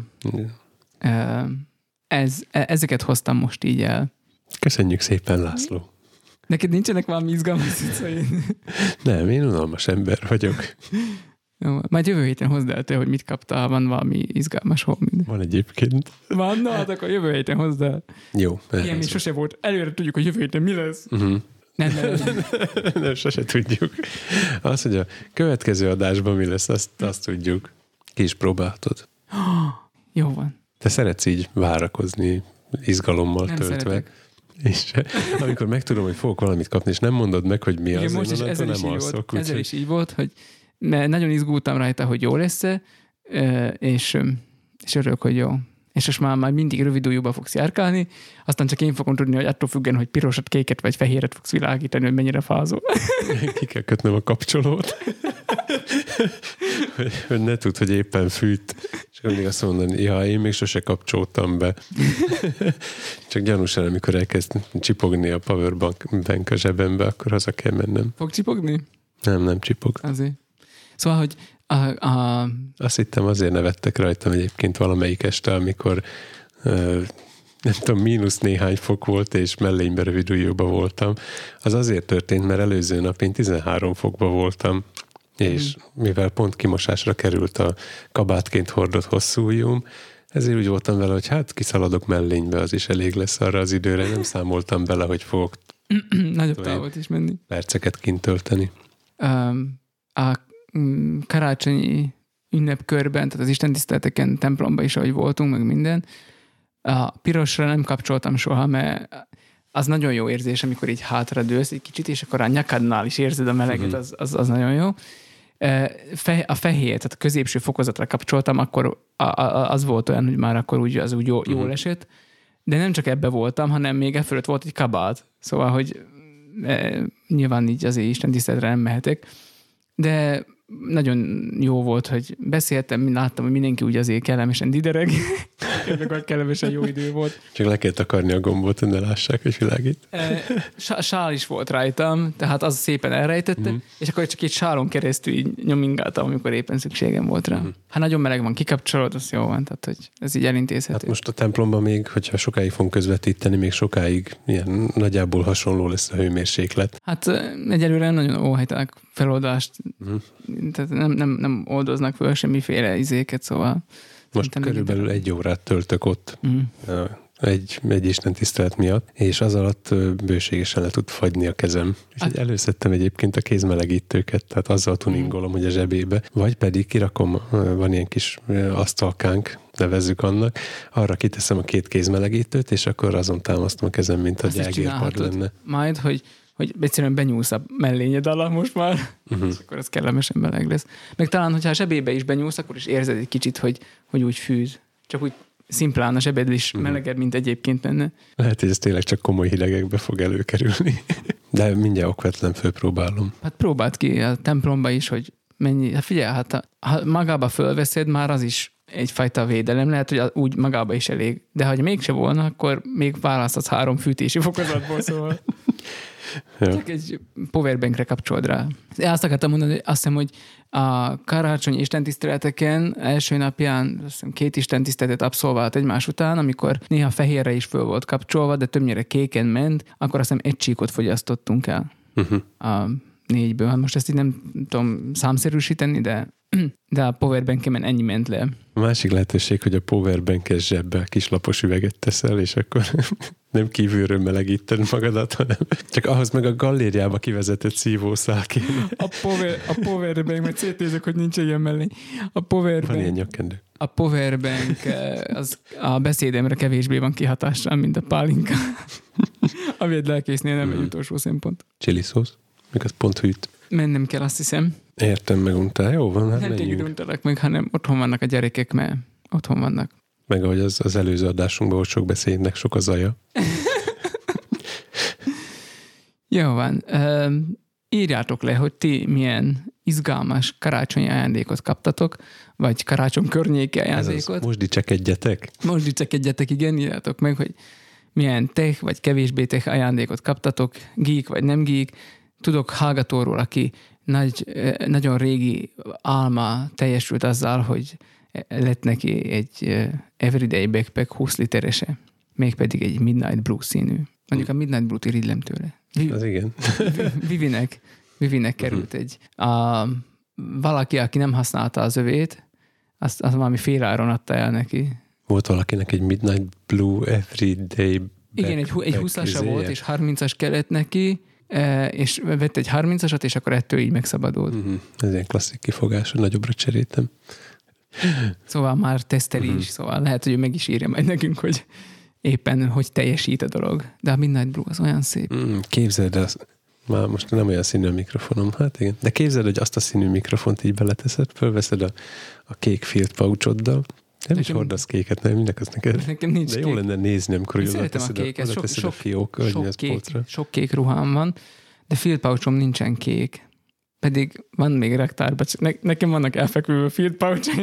ezeket hoztam most így el. Köszönjük szépen, László. Neked nincsenek valami izgalmas cuccaid? Nem, én unalmas ember vagyok. Jó, majd jövő héten hozd el te, hogy mit kaptál, van valami izgalmas holmid. Van egyébként. Van, na hát akkor jövő héten hozd el. Jó. Ilyen még sose volt. Előre tudjuk, hogy jövő héten mi lesz. Nem, sose tudjuk. Az, hogy a következő adásban mi lesz, azt tudjuk. Ki is próbálhatod. Jó van. Te szeretsz így várakozni, izgalommal Nem töltve. szeretek. És amikor megtudom, hogy fogok valamit kapni, és nem mondod meg, hogy mi az, igen, most is ezzel is így volt, hogy nagyon izgultam rajta, hogy jó lesz-e, és örülök, hogy jó. És most már mindig rövid ujjúba fogsz járkálni, aztán csak én fogom tudni, hogy attól függen, hogy pirosat, kéket vagy fehéret fogsz világítani, hogy mennyire fázol. Ki kell kötnöm a kapcsolót. hogy ne tudd, hogy éppen fűt. És akkor mindig azt mondani, ja, én még sose kapcsoltam be. Csak gyanúsan, amikor elkezd csipogni a powerbank a zsebembe, akkor haza kell mennem. Fog csipogni? Nem csipog. Azért. Szóval, hogy Azt hittem, azért nevettek rajtam egyébként valamelyik este, amikor nem tudom, mínusz néhány fok volt, és mellénybe rövid ujjúba voltam. Az azért történt, mert előző nap én 13 fokba voltam, és mivel pont kimosásra került a kabátként hordott hosszú ujjum, ezért úgy voltam vele, hogy hát kiszaladok mellénybe, az is elég lesz arra az időre. Nem számoltam bele, hogy fogok nagyobb távot is menni. Perceket kint tölteni. A karácsonyi ünnepkörben, tehát az istentiszteleteken, templomban is, ahogy voltunk, meg minden, a pirosra nem kapcsoltam soha, mert az nagyon jó érzés, amikor így hátradőlsz egy kicsit, és akkor a nyakadnál is érzed a meleget, az nagyon jó. A fehér, tehát a középső fokozatra kapcsoltam, akkor az volt olyan, hogy már akkor úgy jól esett, de nem csak ebbe voltam, hanem még e fölött volt egy kabát. Szóval, hogy nyilván így azért istentiszteletre nem mehetek, de nagyon jó volt, hogy beszéltem, láttam, hogy mindenki úgy azért kellemesen didereg, kellemesen jó idő volt. Csak le kell takarni a gombot, hogy ne lássák, hogy világít. Sál is volt rajtam, tehát az szépen elrejtette, és akkor csak egy sálon keresztül így nyomingáltam, amikor éppen szükségem volt rá. Ha nagyon meleg van, kikapcsolod, az jó van, tehát hogy ez így elintézhető. Hát most a templomban még, hogyha sokáig fogunk közvetíteni, még sokáig ilyen nagyjából hasonló lesz a hőmérséklet. Hát egyelőre nagyon óhajták feloldást, tehát nem oldoznak föl semmiféle izéket, szóval... Most körülbelül 1 órát töltök ott egy istentisztelet miatt, és az alatt bőségesen le tud fagyni a kezem. És előszedtem egyébként a kézmelegítőket, tehát azzal tuningolom, hogy a zsebébe, vagy pedig kirakom, van ilyen kis asztalkánk, nevezzük annak, arra kiteszem a 2 kézmelegítőt, és akkor azon támasztom a kezem, mint a gyágérpad lenne. Majd, hogy egyszerűen benyúlsz a mellényed alá most már, és akkor ez kellemesen meleg lesz. Meg talán, hogyha a zsebébe is benyúlsz, akkor is érzed egy kicsit, hogy úgy fűz. Csak úgy szimplán a zsebed is melegebb, mint egyébként lenne. Lehet, hogy ez tényleg csak komoly hidegekbe fog előkerülni. De mindjárt okvetlen fölpróbálom. Hát próbáld ki a templomba is, hogy mennyi. Hát figyelj, ha magába fölveszed, már az is egyfajta védelem. Lehet, hogy úgy magába is elég. De ha mégse volna, akkor még választhatsz 3 fűtési fokozatból, szóval... Csak egy powerbankre kapcsolod rá. Azt akartam mondani, hogy azt hiszem, hogy a karácsony istentiszteleteken első napján azt hiszem 2 istentiszteletet abszolvált egymás után, amikor néha fehérre is föl volt kapcsolva, de többnyire kéken ment, akkor azt hiszem 1 csíkot fogyasztottunk el a 4-ből. Most ezt így nem tudom számszerűsíteni, de a powerbankemen ennyi ment le. A másik lehetőség, hogy a powerbankes zsebbe kislapos üveget teszel, és akkor nem kívülről melegíted magadat, hanem csak ahhoz meg a gallériába kivezetett szívószál kéne. A powerbank, mert szétnézek, hogy nincs ilyen mellény. Van ilyen nyakkendő. A powerbank az a beszédemre kevésbé van kihatással, mint a pálinka. Ami egy lelkésznél nem egy utolsó szempont. Chili szósz? Még az pont hűt. Mennem kell, azt hiszem. Értem, meguntál. Jó van, hát nem menjünk. téged untalak meg, hanem otthon vannak a gyerekek, mert otthon vannak. Meg ahogy az előző adásunkban volt sok beszédnek, sok az aja. Jó van. Írjátok le, hogy ti milyen izgalmas karácsonyi ajándékot kaptatok, vagy karácsony környéki ajándékot. Most dicsekedjetek. Most dicsekedjetek, igen, írjátok meg, hogy milyen tech vagy kevésbé tech ajándékot kaptatok, geek vagy nem geek. Tudok hallgatóról, aki nagyon régi álma teljesült azzal, hogy lett neki egy Everyday Backpack 20 literese, mégpedig egy Midnight Blue színű. Mondjuk a Midnight Blue-t irigylem tőle. Az igen. Vivinek került egy. Valaki, aki nem használta az övét, azt valami féláron adta el neki. Volt valakinek egy Midnight Blue Everyday Igen, egy 20-asa volt, és 30-as kellett neki, és vett egy 30-asat, és akkor ettől így megszabadult. Ez ilyen klasszik kifogás, hogy nagyobbra cseréltem. Szóval már teszteli is, szóval lehet, hogy ő meg is írja majd nekünk, hogy éppen hogy teljesít a dolog. De a Midnight Blue az olyan szép. Képzeld, már most nem olyan színű a mikrofonom, hát igen. De képzeld, hogy azt a színű mikrofont így beleteszed, fölveszed a kék field pouchoddal. Nem is hordasz kéket, nem, mindek az neked. Nekem nincs de kék. jó lenne nézni, amikor oda teszed a fiók, sok kék ruhám van, de field pouchom nincsen kék. Pedig van még raktárban, nekem vannak elfekvő field pouchaim.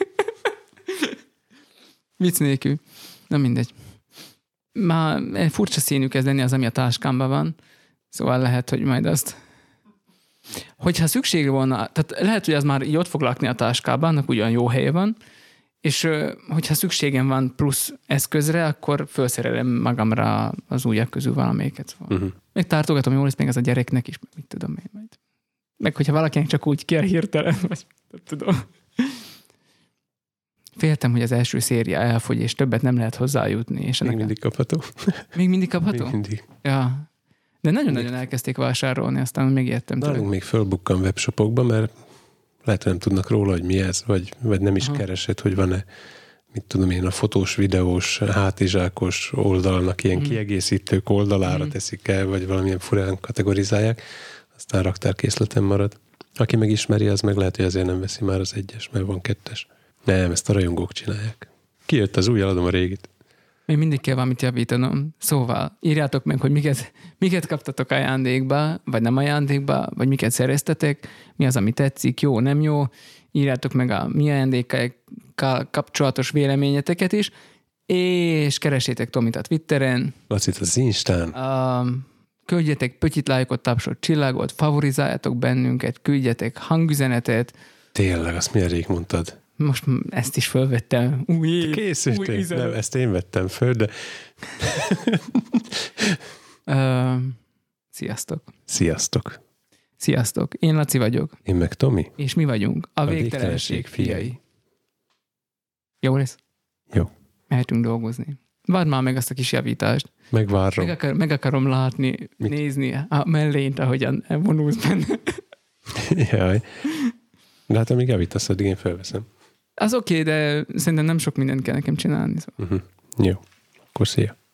Vicc nélkül. Na mindegy. Már furcsa színű kezd lenni az, ami a táskámban van, szóval lehet, hogy majd azt... Hogyha szükség volna, tehát lehet, hogy az már így ott fog lakni a táskában, annak ugyan jó helye van, és hogyha szükségem van plusz eszközre, akkor felszerelem magamra az ujjak közül valamelyiket. Szóval. Meg tartogatom, jól lesz még az a gyereknek is, mit tudom én majd. Meg hogyha valakinek csak úgy kell hirtelen, vagy nem tudom. Féltem, hogy az első széria elfogy, és többet nem lehet hozzájutni. És még mindig kapható. Még mindig kapható? Még mindig. Ja. De nagyon-nagyon elkezdték vásárolni, aztán megijedtem. Nálunk még fölbukkan webshopokba, mert lehet, hogy nem tudnak róla, hogy mi ez, vagy nem is keresed, hogy van-e, mit tudom én, a fotós, videós, hátizsákos oldalnak ilyen kiegészítők oldalára teszik el, vagy valamilyen furán kategorizálják, aztán raktárkészleten marad. Aki megismeri, az meg lehet, hogy azért nem veszi már az 1-es, mert van 2-es. Nem, ezt a rajongók csinálják. Kijött az új, eladom a régit. Még mindig kell valamit javítanom. Szóval írjátok meg, hogy miket kaptatok ajándékba, vagy nem ajándékba, vagy miket szereztetek, mi az, ami tetszik, jó, nem jó. Írjátok meg a mi ajándékkal kapcsolatos véleményeteket is, és keresétek Tomit a Twitteren. Lacit az Instán. Küldjetek pötyit, lájkot, tapsot, csillagot, favorizáljátok bennünket, küldjetek hangüzenetet. Tényleg, azt milyen rég mondtad? Most ezt is fölvettem. Új nem, ezt én vettem föl, de... Sziasztok. Sziasztok. Sziasztok. Én Laci vagyok. Én meg Tomi. És mi vagyunk a végtelenség fiai. Jó lesz? Jó. Mehetünk dolgozni. Várd már meg azt a kis javítást. Megvárom. Meg akarom látni, nézni a mellényt, ahogyan vonulsz benne. Jaj. De hát amíg javítasz, addig én felveszem. Az oké, de szerintem nem sok mindent kell nekem csinálni. Szóval. Jó. Akkor szia.